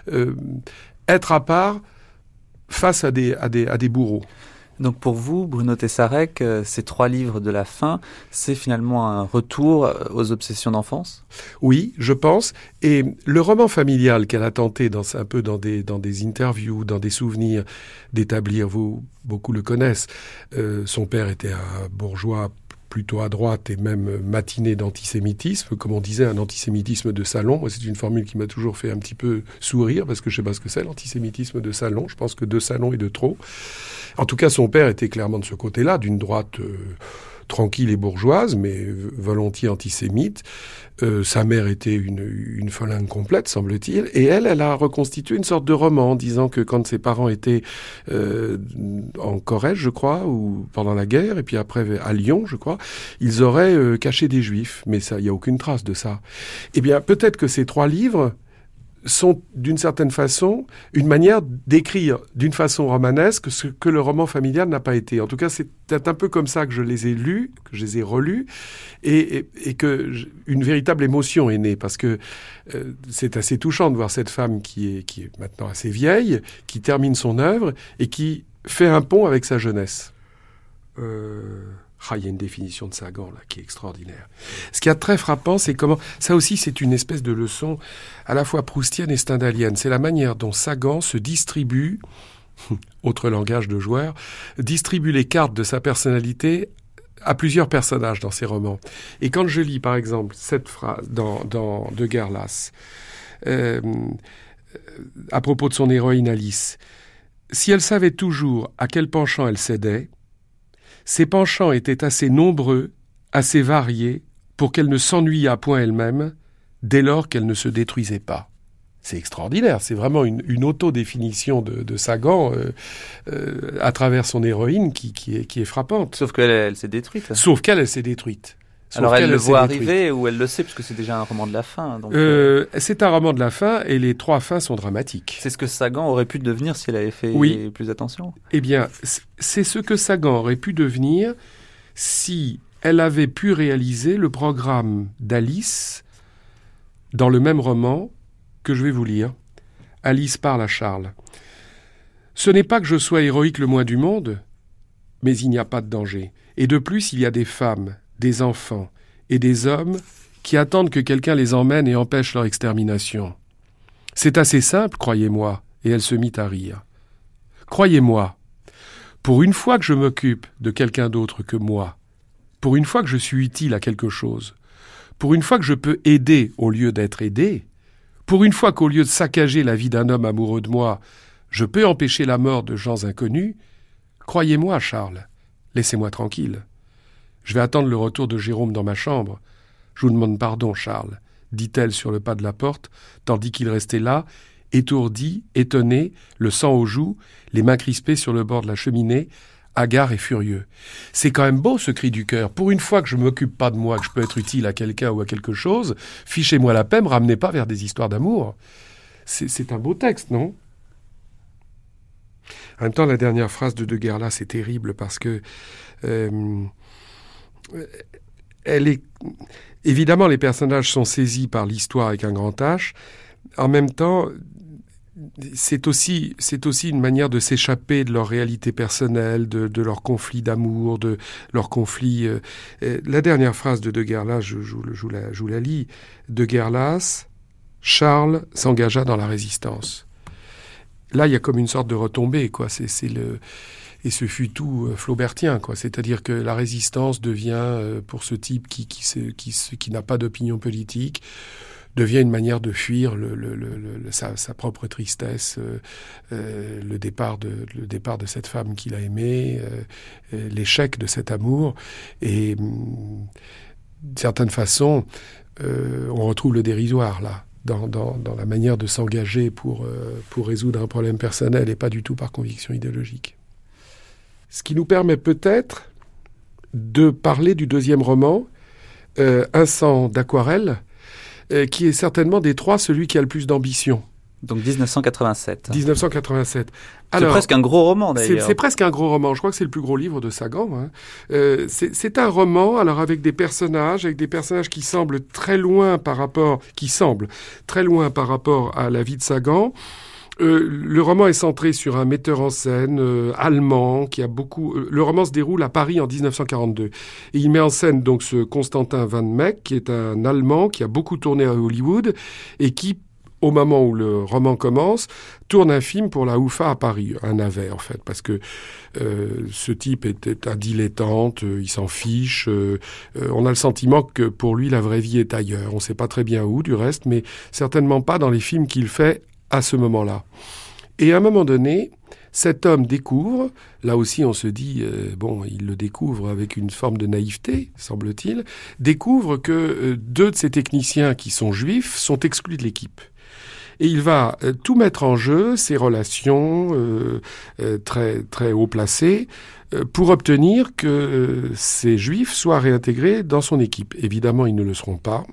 être à part face à des bourreaux. Donc pour vous, Bruno Tessarec, ces 3 livres de la fin, c'est finalement un retour aux obsessions d'enfance ? Oui, je pense. Et le roman familial qu'elle a tenté un peu dans des interviews, dans des souvenirs, d'établir, beaucoup le connaissent. Son père était un bourgeois plutôt à droite et même matiné d'antisémitisme, comme on disait, un antisémitisme de salon. Moi, c'est une formule qui m'a toujours fait un petit peu sourire, parce que je ne sais pas ce que c'est, l'antisémitisme de salon. Je pense que de salon est de trop. En tout cas, son père était clairement de ce côté-là, d'une droite tranquille et bourgeoise, mais volontiers antisémite. Sa mère était une folingue complète, semble-t-il. Et elle a reconstitué une sorte de roman, en disant que quand ses parents étaient en Corrèze, je crois, ou pendant la guerre, et puis après à Lyon, je crois, ils auraient caché des Juifs. Mais ça, il n'y a aucune trace de ça. Eh bien, peut-être que ces 3 livres sont d'une certaine façon une manière d'écrire d'une façon romanesque ce que le roman familial n'a pas été. En tout cas, c'est un peu comme ça que je les ai lus, que je les ai relus, et que une véritable émotion est née, parce que c'est assez touchant de voir cette femme qui est maintenant assez vieille, qui termine son œuvre et qui fait un pont avec sa jeunesse. Il y a une définition de Sagan là qui est extraordinaire. Ce qui est très frappant, c'est comment... Ça aussi, c'est une espèce de leçon à la fois proustienne et stendhalienne. C'est la manière dont Sagan se distribue, autre langage de joueur, distribue les cartes de sa personnalité à plusieurs personnages dans ses romans. Et quand je lis, par exemple, cette phrase dans De Guerlas, à propos de son héroïne Alice, « Si elle savait toujours à quel penchant elle cédait, ces penchants étaient assez nombreux, assez variés, pour qu'elle ne s'ennuyât point elle-même, dès lors qu'elle ne se détruisait pas. C'est extraordinaire, c'est vraiment une autodéfinition de Sagan à travers son héroïne qui est frappante. Sauf qu'elle elle s'est détruite. Sauf qu'elle s'est détruite. Alors elle le voit arriver ou elle le sait, parce que c'est déjà un roman de la fin. Donc c'est un roman de la fin et les 3 fins sont dramatiques. C'est ce que Sagan aurait pu devenir si elle avait fait plus attention. Eh bien, c'est ce que Sagan aurait pu devenir si elle avait pu réaliser le programme d'Alice dans le même roman que je vais vous lire. Alice parle à Charles. « Ce n'est pas que je sois héroïque le moins du monde, mais il n'y a pas de danger. Et de plus, il y a des femmes, des enfants et des hommes qui attendent que quelqu'un les emmène et empêche leur extermination. C'est assez simple, croyez-moi. » Et elle se mit à rire. « Croyez-moi, pour une fois que je m'occupe de quelqu'un d'autre que moi, pour une fois que je suis utile à quelque chose, pour une fois que je peux aider au lieu d'être aidé, pour une fois qu'au lieu de saccager la vie d'un homme amoureux de moi, je peux empêcher la mort de gens inconnus, croyez-moi, Charles, laissez-moi tranquille. Je vais attendre le retour de Jérôme dans ma chambre. Je vous demande pardon, Charles, dit-elle sur le pas de la porte, tandis qu'il restait là, étourdi, étonné, le sang aux joues, les mains crispées sur le bord de la cheminée, hagard et furieux. C'est quand même beau ce cri du cœur. Pour une fois que je ne m'occupe pas de moi, que je peux être utile à quelqu'un ou à quelque chose, fichez-moi la paix, me ramenez pas vers des histoires d'amour. C'est un beau texte, non ? En même temps, la dernière phrase de Guerlas, c'est terrible parce que elle est... Évidemment, les personnages sont saisis par l'histoire avec un grand H. En même temps, c'est aussi une manière de s'échapper de leur réalité personnelle, de leur conflit d'amour, de leur conflit... La dernière phrase de Guerlas, je vous la lis. De Guerlas, Charles s'engagea dans la résistance. Là, il y a comme une sorte de retombée, quoi. Et ce fut tout flaubertien, quoi. C'est-à-dire que la résistance devient, pour ce type qui n'a pas d'opinion politique, devient une manière de fuir sa propre tristesse, le départ de cette femme qu'il a aimée, l'échec de cet amour. Et d'une certaine façon, on retrouve le dérisoire, là. Dans la manière de s'engager pour résoudre un problème personnel et pas du tout par conviction idéologique. Ce qui nous permet peut-être de parler du deuxième roman, Un sang d'aquarelle, qui est certainement des 3 celui qui a le plus d'ambition. Donc 1987. 1987. C'est presque un gros roman, d'ailleurs. C'est presque un gros roman. Je crois que c'est le plus gros livre de Sagan. Hein. C'est un roman, alors avec des personnages qui semblent très loin par rapport à la vie de Sagan. Le roman est centré sur un metteur en scène allemand qui a beaucoup... le roman se déroule à Paris en 1942. Et il met en scène donc ce Constantin Van Meck, qui est un Allemand qui a beaucoup tourné à Hollywood et qui, au moment où le roman commence, tourne un film pour la UFA à Paris, un navet en fait, parce que ce type était un dilettante, il s'en fiche, on a le sentiment que pour lui la vraie vie est ailleurs, on ne sait pas très bien où du reste, mais certainement pas dans les films qu'il fait à ce moment-là. Et à un moment donné, cet homme découvre, là aussi on se dit, il le découvre avec une forme de naïveté, semble-t-il, découvre que 2 de ses techniciens qui sont juifs sont exclus de l'équipe. Et il va tout mettre en jeu, ses relations très, très haut placées, pour obtenir que ces juifs soient réintégrés dans son équipe. Évidemment, ils ne le seront pas.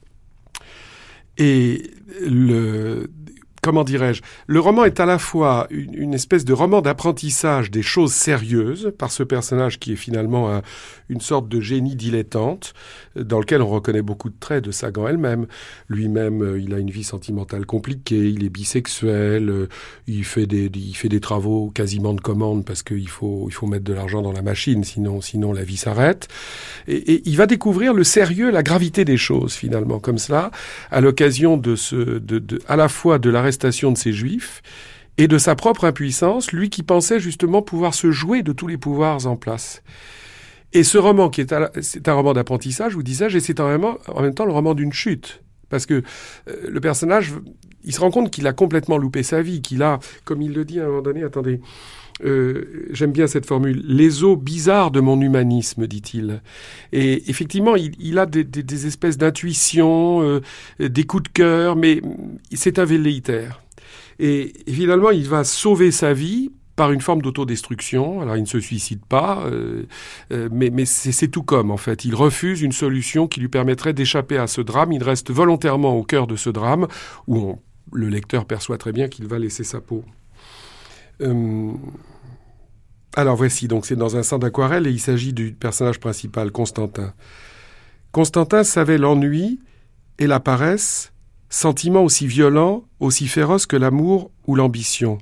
Et comment dirais-je, le roman est à la fois une espèce de roman d'apprentissage des choses sérieuses par ce personnage qui est finalement une sorte de génie dilettante dans lequel on reconnaît beaucoup de traits de Sagan elle-même. Lui-même, il a une vie sentimentale compliquée, il est bisexuel, il fait des travaux quasiment de commande parce qu'il faut mettre de l'argent dans la machine, sinon la vie s'arrête. Et il va découvrir le sérieux, la gravité des choses finalement, comme cela, à l'occasion à la fois de l'arrestation de ces juifs et de sa propre impuissance, lui qui pensait justement pouvoir se jouer de tous les pouvoirs en place. Et ce roman, c'est un roman d'apprentissage, vous disais-je, et c'est en même temps le roman d'une chute. Parce que le personnage il se rend compte qu'il a complètement loupé sa vie, qu'il a, comme il le dit à un moment donné, attendez, j'aime bien cette formule, les eaux bizarres de mon humanisme, dit-il. Et effectivement, il a des espèces d'intuitions, des coups de cœur, mais c'est un velléitaire. Et finalement, il va sauver sa vie par une forme d'autodestruction. Alors, il ne se suicide pas, mais c'est tout comme, en fait. Il refuse une solution qui lui permettrait d'échapper à ce drame. Il reste volontairement au cœur de ce drame, où le lecteur perçoit très bien qu'il va laisser sa peau. Alors voici, donc c'est dans un sang d'aquarelle et il s'agit du personnage principal, Constantin. Constantin savait l'ennui et la paresse, sentiments aussi violents, aussi féroces que l'amour ou l'ambition.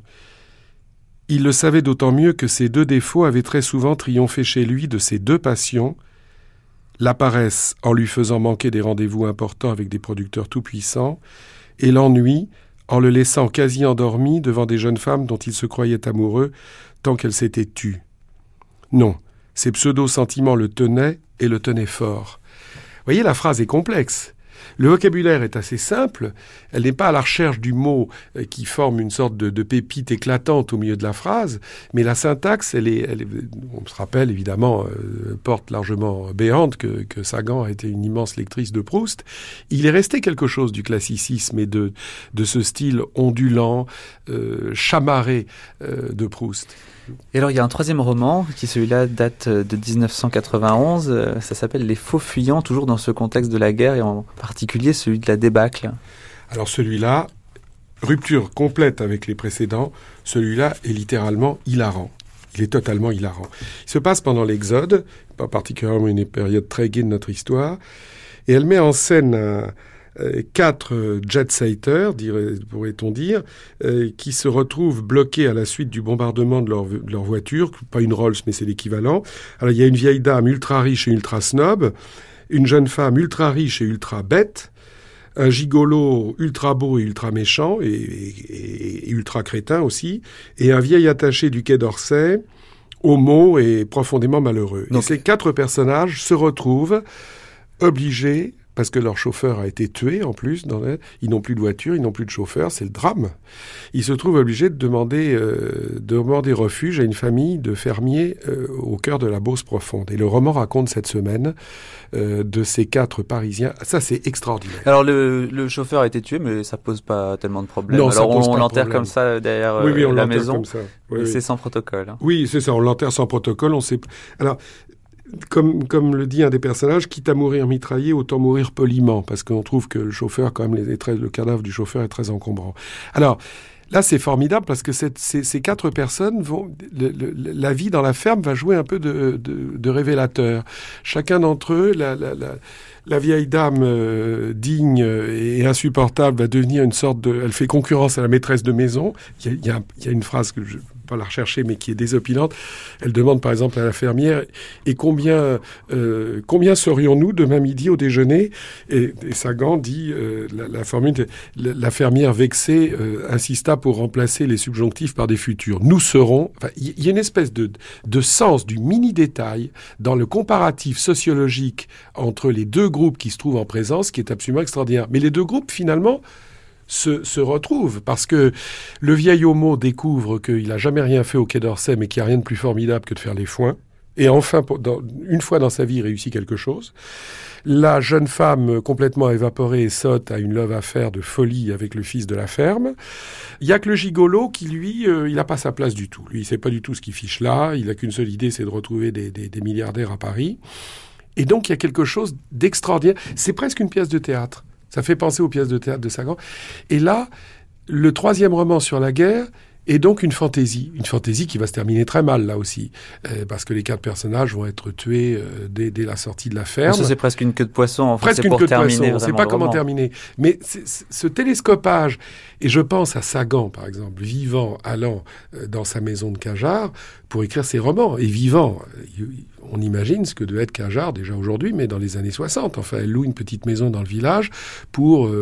Il le savait d'autant mieux que ces deux défauts avaient très souvent triomphé chez lui de ces deux passions, la paresse en lui faisant manquer des rendez-vous importants avec des producteurs tout-puissants, et l'ennui en le laissant quasi endormi devant des jeunes femmes dont il se croyait amoureux tant qu'elles s'étaient tues. Non, ces pseudo-sentiments le tenaient et le tenaient fort. Vous voyez, la phrase est complexe. Le vocabulaire est assez simple, elle n'est pas à la recherche du mot qui forme une sorte de pépite éclatante au milieu de la phrase, mais la syntaxe, elle est, on se rappelle évidemment, porte largement béante que Sagan a été une immense lectrice de Proust. Il est resté quelque chose du classicisme et de ce style ondulant, chamarré de Proust. Et alors, il y a un troisième roman, qui celui-là date de 1991, ça s'appelle Les Faux Fuyants, toujours dans ce contexte de la guerre, et en particulier celui de la débâcle. Alors celui-là, rupture complète avec les précédents, celui-là est littéralement hilarant. Il est totalement hilarant. Il se passe pendant l'Exode, pas particulièrement une période très gaie de notre histoire, et elle met en scène 4 jet-setters, pourrait-on dire, qui se retrouvent bloqués à la suite du bombardement de leur voiture, pas une Rolls, mais c'est l'équivalent. Alors il y a une vieille dame ultra riche et ultra snob, une jeune femme ultra riche et ultra bête, un gigolo ultra beau et ultra méchant, et ultra crétin aussi, et un vieil attaché du Quai d'Orsay, homo et profondément malheureux. Donc, et ces 4 personnages se retrouvent obligés, parce que leur chauffeur a été tué en plus, ils n'ont plus de voiture, ils n'ont plus de chauffeur, c'est le drame. Ils se trouvent obligés de demander refuge à une famille de fermiers au cœur de la Beauce profonde. Et le roman raconte cette semaine de ces 4 Parisiens. Ça, c'est extraordinaire. Alors le chauffeur a été tué, mais ça pose pas tellement de problème. Non, alors on l'enterre comme ça derrière on la maison. Comme ça. Oui, c'est sans protocole. Hein. Oui, c'est ça, on l'enterre sans protocole. On sait. Alors. Comme le dit un des personnages, quitte à mourir mitraillé, autant mourir poliment, parce qu'on trouve que le chauffeur, quand même, le cadavre du chauffeur est très encombrant. Alors, là, c'est formidable, parce que ces 4 personnes la vie dans la ferme va jouer un peu de révélateur. Chacun d'entre eux, la vieille dame digne et insupportable va devenir une sorte elle fait concurrence à la maîtresse de maison. Il y a une phrase que je pas la rechercher, mais qui est désopilante. Elle demande par exemple à la fermière « Et combien serions-nous demain midi au déjeuner ?» Et Sagan dit, la fermière vexée insista pour remplacer les subjonctifs par des futurs. « Nous serons... » Il y a une espèce de sens du mini-détail dans le comparatif sociologique entre les 2 groupes qui se trouvent en présence qui est absolument extraordinaire. Mais les 2 groupes, finalement, se retrouvent, parce que le vieil homo découvre qu'il n'a jamais rien fait au Quai d'Orsay, mais qu'il n'y a rien de plus formidable que de faire les foins, et enfin, une fois dans sa vie, il réussit quelque chose. La jeune femme complètement évaporée et sotte a une love affaire de folie avec le fils de la ferme. Il n'y a que le gigolo qui, lui, il n'a pas sa place du tout. Lui, il ne sait pas du tout ce qu'il fiche là, il n'a qu'une seule idée, c'est de retrouver des milliardaires à Paris. Et donc, il y a quelque chose d'extraordinaire. C'est presque une pièce de théâtre. Ça fait penser aux pièces de théâtre de Sagan. Et là, le 3e roman sur la guerre est donc une fantaisie qui va se terminer très mal, là aussi, parce que les 4 personnages vont être tués dès la sortie de la ferme. Ça, c'est presque une queue de poisson, en fait, presque c'est pour terminer. On ne sait pas comment terminer. Mais ce télescopage, et je pense à Sagan, par exemple, vivant, allant dans sa maison de Cajarc, pour écrire ses romans, et vivant... On imagine ce que devait être Cajarc déjà aujourd'hui, mais dans les années 60. Enfin, elle loue une petite maison dans le village pour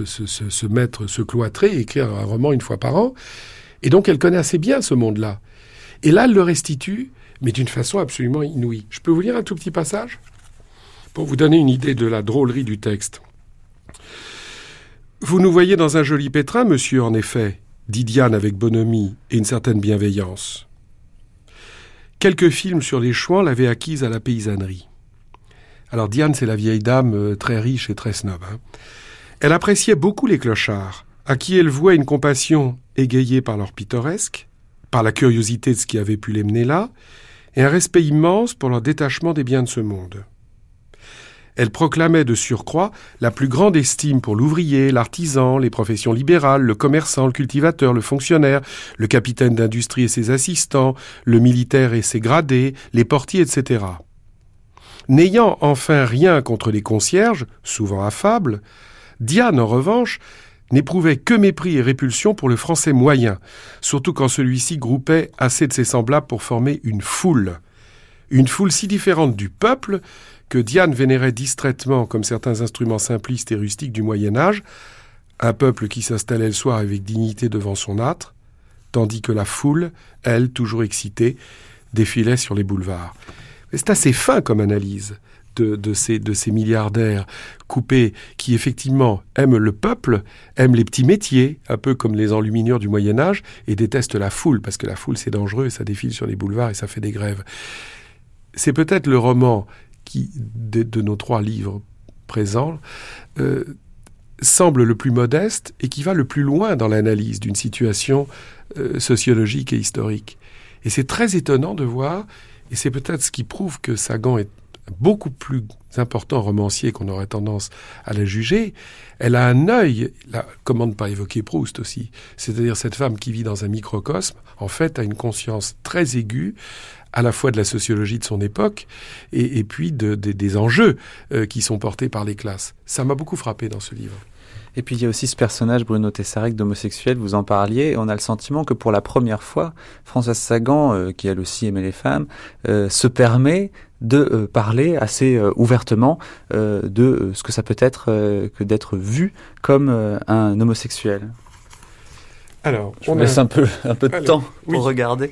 se cloîtrer et écrire un roman une fois par an. Et donc, elle connaît assez bien ce monde-là. Et là, elle le restitue, mais d'une façon absolument inouïe. Je peux vous lire un tout petit passage pour vous donner une idée de la drôlerie du texte. Vous nous voyez dans un joli pétrin, monsieur, en effet, dit Diane avec bonhomie et une certaine bienveillance. Quelques films sur les chouans l'avaient acquise à la paysannerie. Alors Diane, c'est la vieille dame très riche et très snob. Elle appréciait beaucoup les clochards, à qui elle vouait une compassion égayée par leur pittoresque, par la curiosité de ce qui avait pu les mener là, et un respect immense pour leur détachement des biens de ce monde. Elle proclamait de surcroît la plus grande estime pour l'ouvrier, l'artisan, les professions libérales, le commerçant, le cultivateur, le fonctionnaire, le capitaine d'industrie et ses assistants, le militaire et ses gradés, les portiers, etc. N'ayant enfin rien contre les concierges, souvent affables, Diane, en revanche, n'éprouvait que mépris et répulsion pour le français moyen, surtout quand celui-ci groupait assez de ses semblables pour former une foule si différente du peuple que Diane vénérait distraitement comme certains instruments simplistes et rustiques du Moyen-Âge, un peuple qui s'installait le soir avec dignité devant son âtre, tandis que la foule, elle, toujours excitée, défilait sur les boulevards. Mais c'est assez fin comme analyse de ces milliardaires coupés qui, effectivement, aiment le peuple, aiment les petits métiers, un peu comme les enlumineurs du Moyen-Âge, et détestent la foule, parce que la foule, c'est dangereux, et ça défile sur les boulevards, et ça fait des grèves. C'est peut-être le roman qui, de nos 3 livres présents, semble le plus modeste et qui va le plus loin dans l'analyse d'une situation sociologique et historique. Et c'est très étonnant de voir, et c'est peut-être ce qui prouve que Sagan est beaucoup plus important romancier qu'on aurait tendance à la juger. Elle a un œil, comment ne pas évoquer Proust aussi, c'est-à-dire cette femme qui vit dans un microcosme, en fait, a une conscience très aiguë, à la fois de la sociologie de son époque et puis des enjeux qui sont portés par les classes. Ça m'a beaucoup frappé dans ce livre. Et puis il y a aussi ce personnage, Bruno Tessarec, d'homosexuel, vous en parliez, et on a le sentiment que pour la première fois, Françoise Sagan, qui elle aussi aimait les femmes, se permet de parler assez ouvertement de ce que ça peut être que d'être vu comme un homosexuel. Alors, on laisse un peu de temps pour regarder.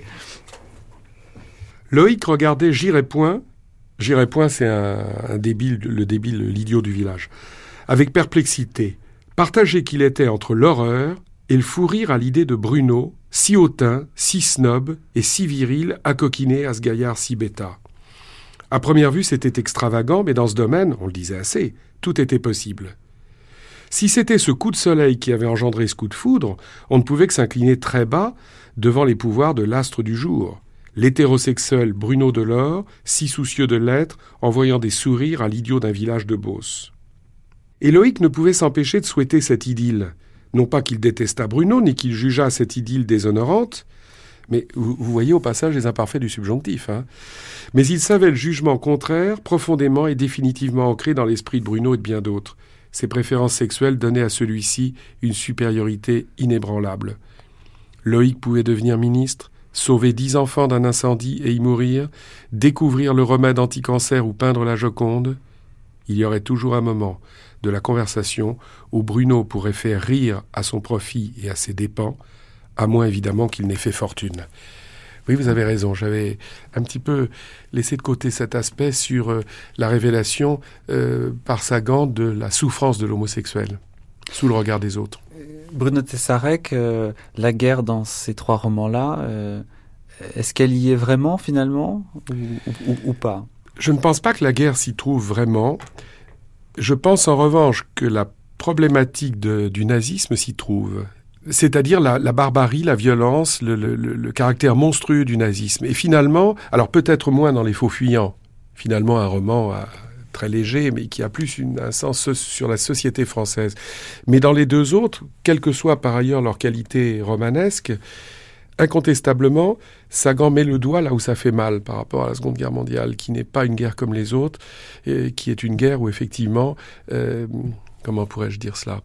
Loïc regardait J'irai point. J'irai point, c'est un débile, l'idiot du village. Avec perplexité, partagé qu'il était entre l'horreur et le fou rire à l'idée de Bruno, si hautain, si snob et si viril, accoquiné à ce gaillard si bêta. À première vue, c'était extravagant, mais dans ce domaine, on le disait assez, tout était possible. Si c'était ce coup de soleil qui avait engendré ce coup de foudre, on ne pouvait que s'incliner très bas devant les pouvoirs de l'astre du jour. L'hétérosexuel Bruno Delors, si soucieux de l'être, envoyant des sourires à l'idiot d'un village de Beauce. Et Loïc ne pouvait s'empêcher de souhaiter cette idylle. Non pas qu'il détestât Bruno, ni qu'il jugeât cette idylle déshonorante, mais vous voyez au passage les imparfaits du subjonctif. Mais il savait le jugement contraire, profondément et définitivement ancré dans l'esprit de Bruno et de bien d'autres. Ses préférences sexuelles donnaient à celui-ci une supériorité inébranlable. Loïc pouvait devenir ministre, sauver 10 enfants d'un incendie et y mourir, découvrir le remède anti-cancer ou peindre la Joconde. Il y aurait toujours un moment de la conversation où Bruno pourrait faire rire à son profit et à ses dépens, à moins évidemment qu'il n'ait fait fortune. Oui, vous avez raison, j'avais un petit peu laissé de côté cet aspect sur la révélation par Sagan de la souffrance de l'homosexuel, sous le regard des autres. Bruno Tessarec, la guerre dans ces 3 romans-là, est-ce qu'elle y est vraiment finalement ou pas ? Je ne pense pas que la guerre s'y trouve vraiment. Je pense en revanche que la problématique du nazisme s'y trouve. C'est-à-dire la barbarie, la violence, le caractère monstrueux du nazisme. Et finalement, alors peut-être moins dans Les Faux Fuyants, finalement un roman très léger, mais qui a plus un sens sur la société française. Mais dans les 2 autres, quelle que soit par ailleurs leur qualité romanesque, incontestablement, Sagan met le doigt là où ça fait mal par rapport à la Seconde Guerre mondiale, qui n'est pas une guerre comme les autres, qui est une guerre où effectivement, comment pourrais-je dire cela,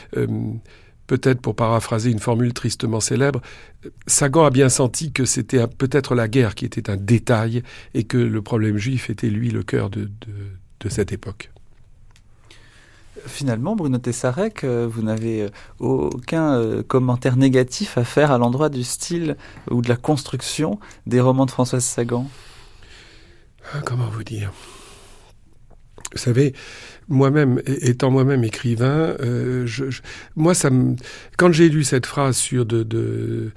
peut-être pour paraphraser une formule tristement célèbre, Sagan a bien senti que c'était peut-être la guerre qui était un détail et que le problème juif était lui le cœur de cette époque. Finalement, Bruno Tessarec, vous n'avez aucun commentaire négatif à faire à l'endroit du style ou de la construction des romans de Françoise Sagan ? Comment vous dire ? Vous savez, étant moi-même écrivain, quand j'ai lu cette phrase de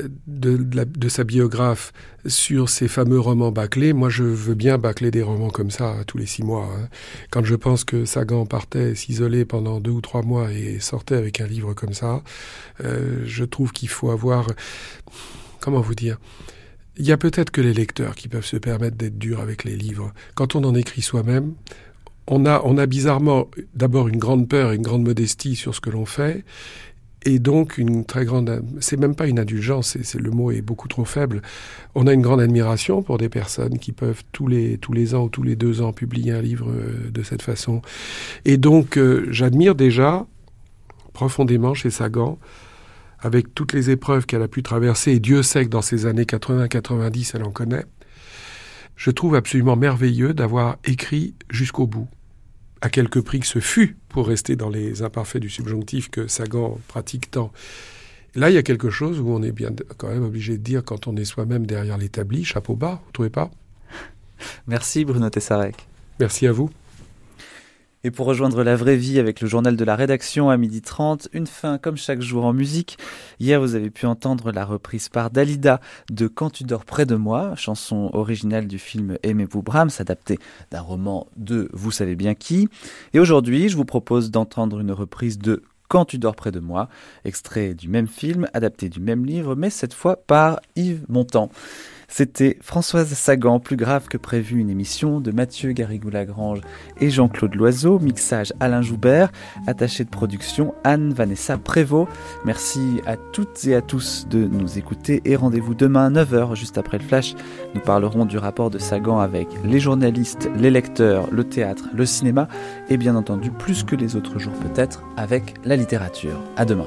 sa biographe sur ces fameux romans bâclés, moi je veux bien bâcler des romans comme ça tous les 6 mois. Hein. Quand je pense que Sagan partait s'isoler pendant 2 ou 3 mois et sortait avec un livre comme ça, je trouve qu'il faut avoir... Comment vous dire ? Il y a peut-être que les lecteurs qui peuvent se permettre d'être durs avec les livres. Quand on en écrit soi-même, on a bizarrement d'abord une grande peur et une grande modestie sur ce que l'on fait, et donc une très grande... C'est même pas une indulgence, le mot est beaucoup trop faible. On a une grande admiration pour des personnes qui peuvent tous les ans ou tous les 2 ans publier un livre de cette façon. Et donc j'admire déjà profondément chez Sagan, avec toutes les épreuves qu'elle a pu traverser, et Dieu sait que dans ces années 80-90, elle en connaît, je trouve absolument merveilleux d'avoir écrit jusqu'au bout. À quelque prix que ce fût, pour rester dans les imparfaits du subjonctif que Sagan pratique tant. Là, il y a quelque chose où on est bien quand même obligé de dire, quand on est soi-même derrière l'établi, chapeau bas, vous trouvez pas ? Merci Bruno Tessarec. Merci à vous. Et pour rejoindre la vraie vie avec le journal de la rédaction à 12h30, une fin comme chaque jour en musique. Hier, vous avez pu entendre la reprise par Dalida de Quand tu dors près de moi, chanson originale du film Aimez-vous Brahms, adaptée d'un roman de vous savez bien qui. Et aujourd'hui, je vous propose d'entendre une reprise de Quand tu dors près de moi, extrait du même film, adapté du même livre, mais cette fois par Yves Montand. C'était Françoise Sagan, plus grave que prévu, une émission de Mathieu Garrigou-Lagrange et Jean-Claude Loiseau, mixage Alain Joubert, attaché de production Anne-Vanessa Prévost. Merci à toutes et à tous de nous écouter et rendez-vous demain à 9h, juste après le flash. Nous parlerons du rapport de Sagan avec les journalistes, les lecteurs, le théâtre, le cinéma et bien entendu, plus que les autres jours peut-être, avec la littérature. À demain.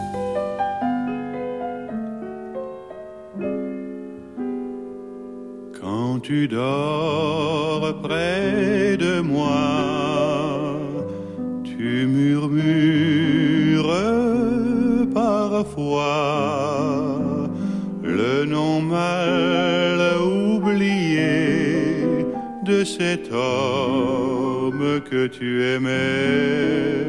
Quand tu dors près de moi, tu murmures parfois le nom mal oublié de cet homme que tu aimais.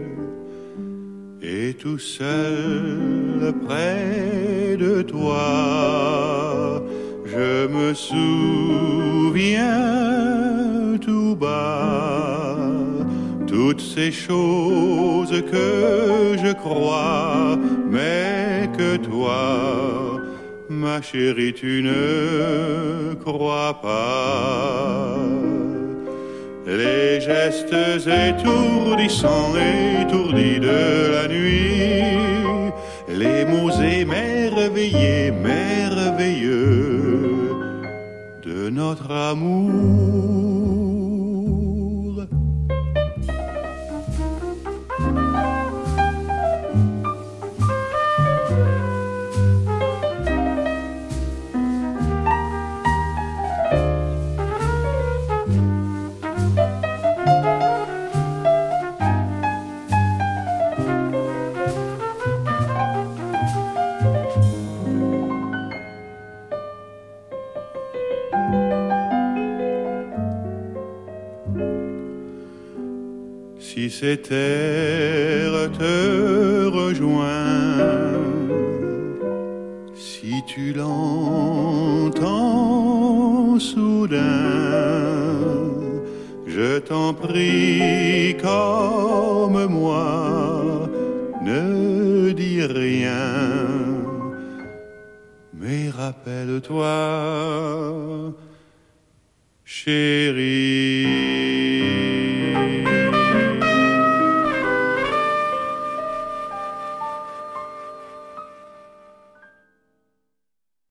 Et tout seul près de toi, je me souviens tout bas, toutes ces choses que je crois, mais que toi, ma chérie, tu ne crois pas. Les gestes étourdissants, étourdis de la nuit, les mots émerveillés, merveilleux de notre amour. Si cette terre te rejoint, si tu l'entends soudain, je t'en prie comme moi, ne dis rien, mais rappelle-toi, chérie.